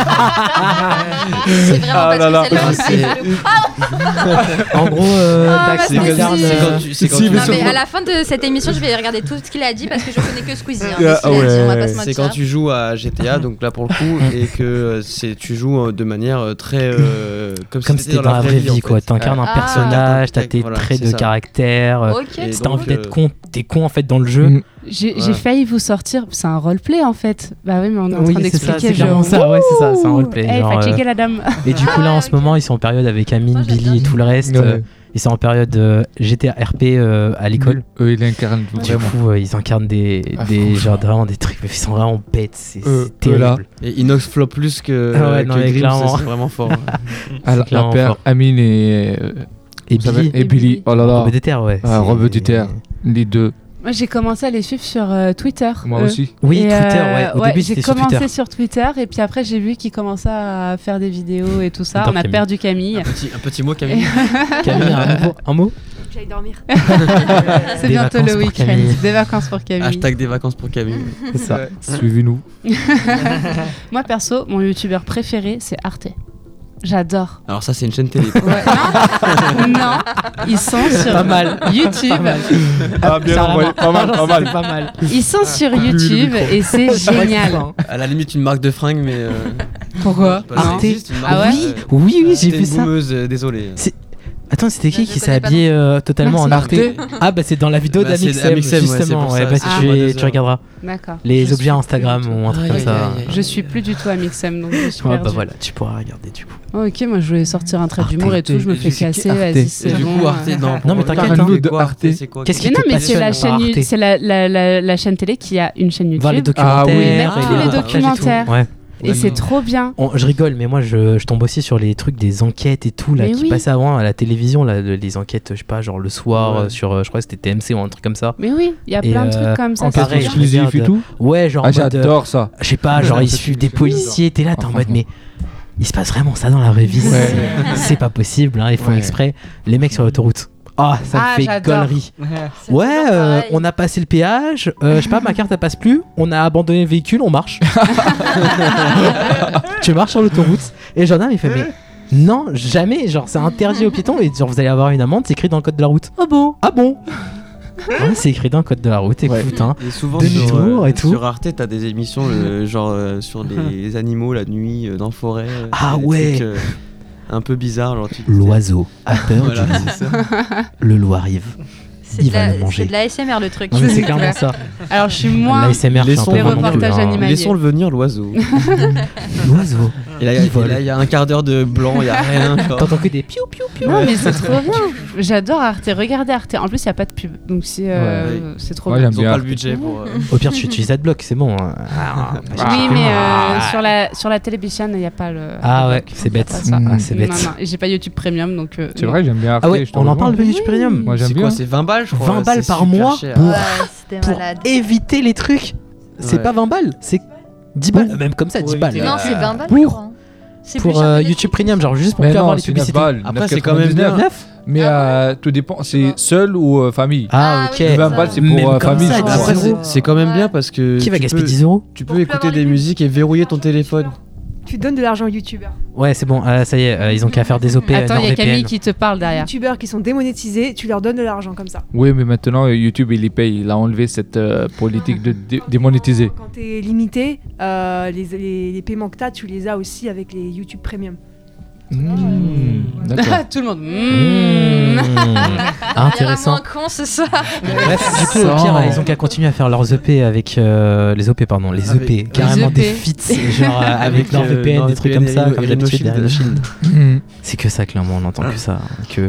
C'est vraiment En gros, mais à la fin de cette émission, je vais regarder tout ce qu'il a dit parce que je connais que Squeezie. C'est quand tu joues à GTA, donc là pour le coup, et que tu joues de manière très comme si c'était dans la vraie vie, quoi. T'incarnes un personnage, t'as tes traits de caractère. Si t'as envie d'être con, t'es con en fait dans le jeu. J'ai failli vous sortir, c'est un roleplay en fait. Bah oui, mais on est en train d'expliquer. C'est clairement ça, ouais, c'est ça, c'est un roleplay. Faut checker la dame. Et du coup là en ce moment ils sont en période avec Amine, Billy et tout le reste. Ils sont en période GTA RP à l'école. Eux ils incarnent vraiment. Du coup ils incarnent des genre vraiment des trucs, ils sont vraiment bêtes, c'est terrible. Et Inox flop plus que Grim, c'est vraiment fort. La paire Amine et Billy. Oh là là. Robe d'éther, ouais. Robe d'éther, les deux. Moi, j'ai commencé à les suivre sur Twitter. Moi aussi. Oui, Twitter, ouais. Au début, j'ai commencé sur Twitter et puis après, j'ai vu qu'ils commençaient à faire des vidéos et tout ça. On a perdu Camille. Un petit mot, Camille. Camille, un mot. J'aille dormir. C'est bientôt le week-end. Des vacances pour Camille. Hashtag des vacances pour Camille. C'est ça. Suivez-nous. Moi, perso, mon youtubeur préféré, c'est Arte. J'adore. Alors ça c'est une chaîne télé. Non, ils sont sur YouTube. Pas mal. Ils sont sur YouTube et c'est génial. À la limite une marque de fringues mais pourquoi Arte. Oui, j'ai vu ça. Désolé. Attends, c'était qui s'est habillé totalement en Arte? Ah bah c'est dans la vidéo d'Amixem justement. Ouais, bah tu regarderas. D'accord. Les objets Instagram ou un truc comme ça. Je suis plus du tout Amixem donc je suis perdue. Bah voilà, tu pourras regarder du coup. Ok, moi je voulais sortir un trait d'humour et tout, je me fais casser, vas-y c'est bon. Du coup Arte non mais t'inquiète. Qu'est-ce qui te mais c'est la chaîne, c'est la chaîne télé qui a une chaîne YouTube. Voir les documentaires. Tous les documentaires. Ouais. Et c'est trop bien. Je rigole, mais moi je tombe aussi sur les trucs des enquêtes et tout là qui passaient avant à la télévision, là, les enquêtes, je sais pas, genre le soir sur, je crois que c'était TMC ou un truc comme ça. Mais oui, il y a plein de trucs comme ça. Pareil, exclusif et tout. Ouais, genre. J'adore ça. Je sais pas, genre ils suivent des policiers, t'es là, t'es en mode mais. Il se passe vraiment ça dans la vraie vie. C'est pas possible, hein, ils font exprès. Les mecs sur l'autoroute. Ah, ça me fait gaulerie. Ouais, on a passé le péage. Je sais pas, ma carte elle passe plus. On a abandonné le véhicule, on marche. Tu marches sur l'autoroute. Et le gendarme il fait mais non, jamais. Genre c'est interdit aux piétons et genre vous allez avoir une amende. C'est écrit dans le code de la route. Ah bon. Ouais, c'est écrit dans le code de la route. Écoute, hein. Et souvent demi-tour et tout. Sur Arte, t'as des émissions genre sur les animaux la nuit dans la forêt. Ah ouais. Un peu bizarre, genre l'oiseau a peur du loup. Le loup arrive. Il va le manger. C'est de la ASMR le truc. C'est clairement ça. Alors je suis moins l'ASMR, les reportages animaliers. Laissons-le venir l'oiseau. L'oiseau. Et là, il y a un quart d'heure de blanc, il n'y a rien. T'entends que des piou piou piou. Non, mais c'est trop bien. J'adore Arte. Regardez Arte. En plus, il n'y a pas de pub. Donc, c'est trop bien. Ils n'ont pas le budget pour. Au pire, tu utilises Adblock, c'est bon. Oui, mais sur la télévision, il n'y a pas le. Ah ouais, c'est bête. C'est bête. Non, et j'ai pas YouTube Premium. Donc, c'est vrai, j'aime bien Arte. Ah ouais, on en parle de YouTube Premium. Moi, j'aime bien. C'est 20 balles, je crois. 20 balles par mois pour malade. éviter les trucs. C'est pas 20 balles, c'est 10 balles. Même comme ça, 10 balles. Non, c'est 20 balles pour YouTube Premium, genre juste pour plus avoir les publicités. Après, c'est quand même bien. Mais tout dépend, c'est seul ou famille. Ah ok. 20 balles, c'est pour famille. Après, c'est quand même bien parce que. Qui va gaspiller 10 €? Tu peux écouter des musiques et verrouiller ton téléphone. Tu donnes de l'argent aux youtubeurs. Ouais, c'est bon, ça y est, ils ont qu'à faire des OP. Attends, il y a Camille qui te parle derrière. Les youtubeurs qui sont démonétisés, tu leur donnes de l'argent comme ça. Oui, mais maintenant, YouTube, il les paye. Il a enlevé cette politique de démonétiser. Quand t'es limité, les paiements que t'as, tu les as aussi avec les YouTube Premium. D'accord. Tout le monde. Intéressant. Il y a con ce soir. Bref, du coup, au pire, ils ont qu'à continuer à faire leurs EP avec les OP, pardon, les EP, carrément des feats, genre avec NordVPN, des trucs comme ça, comme d'habitude. C'est que ça, clairement, on n'entend que ça.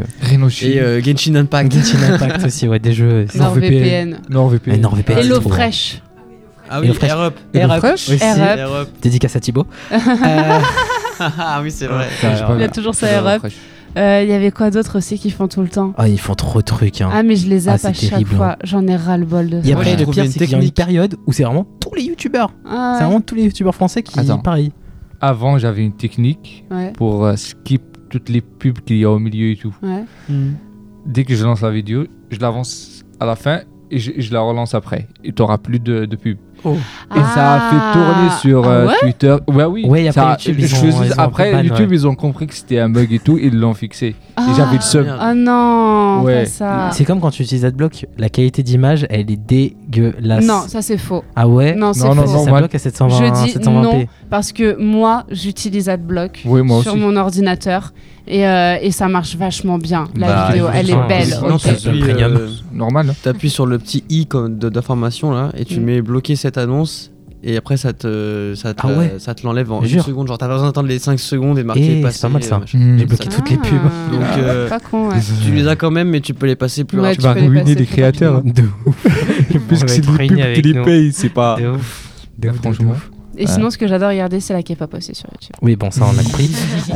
Et Genshin Impact. Genshin Impact aussi, ouais, des jeux. NordVPN. HelloFresh. Ah oui, AirUp. AirUp. Dédicace à Thibaut. Ah oui, c'est vrai. Il y a toujours ça, AirUp. Il y avait quoi d'autre aussi qui font tout le temps? Ah, ils font trop de trucs. Ah, mais je les zappe à chaque fois. J'en ai ras le bol de ça. Et après, le pire, c'est qu'il y a une période où c'est vraiment tous les youtubeurs. C'est vraiment tous les youtubeurs français qui pareil. Avant, j'avais une technique pour skip toutes les pubs qu'il y a au milieu et tout. Dès que je lance la vidéo, je l'avance à la fin et je la relance après. Et tu n'auras plus de pub. Et ça a fait tourner sur Twitter. Ouais, après, YouTube, ils ont compris que c'était un bug et tout, ils l'ont fixé. Et j'avais le seum. Ah non, pas ça. C'est comme quand tu utilises Adblock, la qualité d'image, elle est dégueulasse. Non, ça c'est faux. Ah ouais? Non, c'est faux. Ça bloque à 720p. Je dis non, parce que moi, j'utilise Adblock sur mon ordinateur. Et ça marche vachement bien. La vidéo, elle est belle. Normal. T'appuies sur le petit i d'information là et tu mets bloquer cette annonce et après ça te l'enlève en 1 seconde. Genre t'as pas besoin d'attendre les 5 secondes et de marquer passer. C'est pas mal ça. J'ai bloqué toutes les pubs. Donc pas con, tu les as quand même mais tu peux les passer plus rapidement. Tu vas ruiner les créateurs. De ouf. Puisque c'est des pubs qui les payent, c'est pas. De ouf, franchement. Et sinon, ce que j'adore regarder, c'est la K-pop aussi sur YouTube. Oui, bon, ça, on a compris.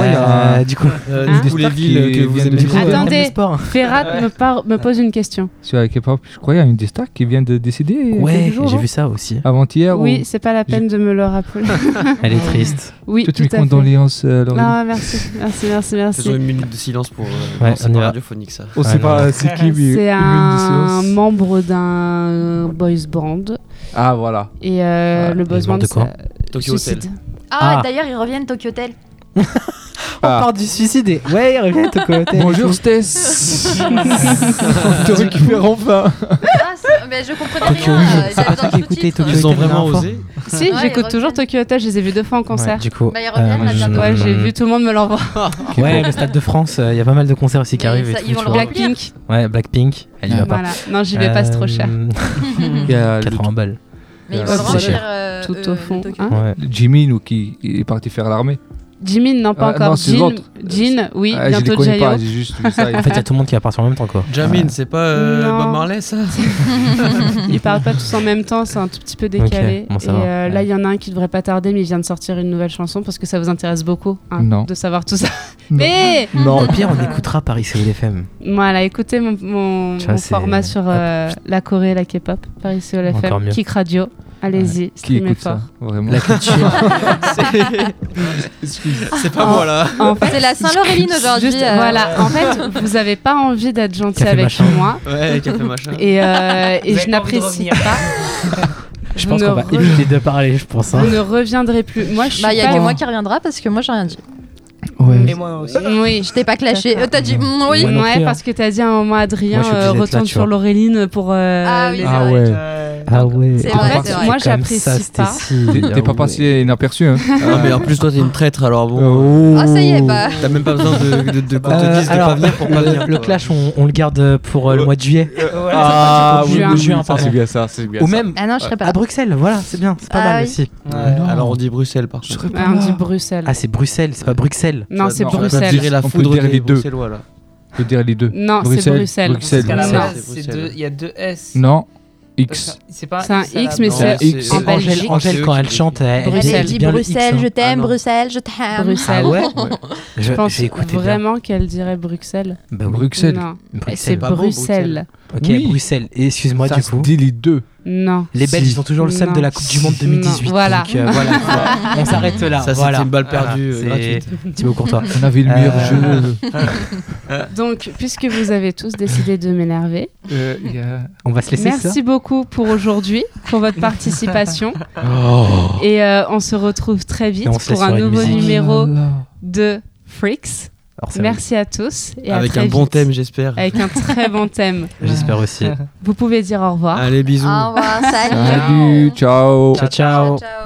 Du coup, les villes que vous aimez. Attendez, Ferrat me pose une question. Sur la K-pop, je crois qu'il y a une des stars qui vient de décéder. Ouais, j'ai vu ça aussi. Avant-hier. Oui, c'est pas la peine de me le rappeler. Elle est triste. Oui, toutes mes condoléances. Non, merci. Faisons une minute de silence pour. C'est pas radiophonique ça. On sait pas c'est qui, mais. C'est un membre d'un boys band. Ah, voilà. Et le boys band, de quoi? Tokyo Hotel. D'ailleurs, ils reviennent Tokyo Hotel. On part du suicide et... Ouais, il revient Tokyo Hotel. Bonjour Stess. On te récupère enfin. Mais je comprenais rien. Ils ont vraiment osé. Si, j'écoute toujours Tokyo Hotel, je les ai vus 2 fois en concert. Du coup, ils reviennent. Ouais, j'ai vu tout le monde me l'envoie. Ouais, le Stade de France, il y a pas mal de concerts aussi qui arrivent. Ils vont le Blackpink. Ouais, Blackpink. Elle y va pas. Non, j'y vais pas, c'est trop cher. 80 balles. Mais ils vont le remplir tout au fond. Jimin qui est parti faire l'armée. Jimin, non, pas encore. Jin, oui, bientôt Jayo. J'ai juste vu ça. En fait, il y a tout le monde qui va partir en même temps, quoi. Jamin, c'est pas Bob Marley, ça? Ils partent pas tous en même temps, c'est un tout petit peu décalé. Bon, et là, il y en a un qui devrait pas tarder, mais il vient de sortir une nouvelle chanson parce que ça vous intéresse beaucoup de savoir tout ça. Mais non, au pire, on écoutera Paris Séoul FM. Voilà, écoutez mon format sur la Corée et la K-pop, Paris Séoul FM, Kik Radio. Allez-y, streamez fort. Vraiment. La culture. C'est pas moi là. En fait, c'est la Saint-Laureline aujourd'hui. Voilà, en fait, vous avez pas envie d'être gentil avec moi. Ouais, café machin. Et je n'apprécie pas. Je pense qu'on va éviter de parler, je pense. Vous ne reviendrez plus. Moi, je suis il y a que moi qui reviendra parce que moi, j'ai rien dit. Ouais. Et moi aussi. Oui, je t'ai pas clashé. T'as dit oui. Ouais, parce que t'as dit à un moment, Adrien, retourne sur Laureline pour. Ah oui, ah ouais. Ah ouais. C'est vrai, c'est vrai. Moi, j'apprécie pas. T'es pas passé inaperçu. Hein. Ah, mais en plus, toi, t'es une traître, alors bon. Ah, ça y est, bah. T'as même pas besoin qu'on te dise de pas venir pour pas venir. Le clash, on le garde pour le mois de juillet. Juin, pardon. C'est bien ça, c'est bien Ou ça. même Ah non, je serais pas. à Bruxelles, voilà, c'est bien, c'est pas mal aussi. Alors, on dit Bruxelles, par contre. On dit Bruxelles. Ah, c'est Bruxelles, c'est pas Bruxelles. Non, c'est non, On peut Bruxelles. dire la On peut foudre dire les des deux. Bruxellois, là. Je peux dire les deux. Non, c'est Bruxelles. Bruxelles. Parce qu'à la Non. base, C'est c'est Bruxelles. il y a 2 S. Non, X. C'est pas C'est un à la X, mais base. c'est X. en Angèle, Belgique. Angèle, quand elle chante, elle Bruxelles. dit dit bien le Bruxelles, X, je hein. t'aime, Ah non. Bruxelles, je t'aime. Ah Bruxelles. ouais Je pense j'ai écouté bien. vraiment qu'elle dirait Bruxelles. Bah oui. Bruxelles. Non, Bruxelles. c'est Pas beau, Bruxelles. Ok, Oui. Bruxelles. Et excuse-moi Ça du se coup. dit les deux. Non. Les Belges, ils ont toujours le seum Non. de la Coupe du Monde 2018. Non. Voilà. Donc, voilà. On s'arrête là. Ça, voilà. c'était une balle perdue Voilà, gratuite. c'est Thibaut Courtois. On avait le meilleur jeu. Donc, puisque vous avez tous décidé de m'énerver, On va se laisser ça. merci beaucoup pour aujourd'hui, pour votre participation. Et on se retrouve très vite Et on se laisse pour un sur une nouveau musique. numéro de Freaks. Alors, ça va. Merci à tous et à Avec très un bon vite. thème, j'espère. Avec un très bon thème. J'espère aussi. Vous pouvez dire au revoir. Allez, bisous. Au revoir, salut. Salut, ciao. Ciao, ciao. Ciao.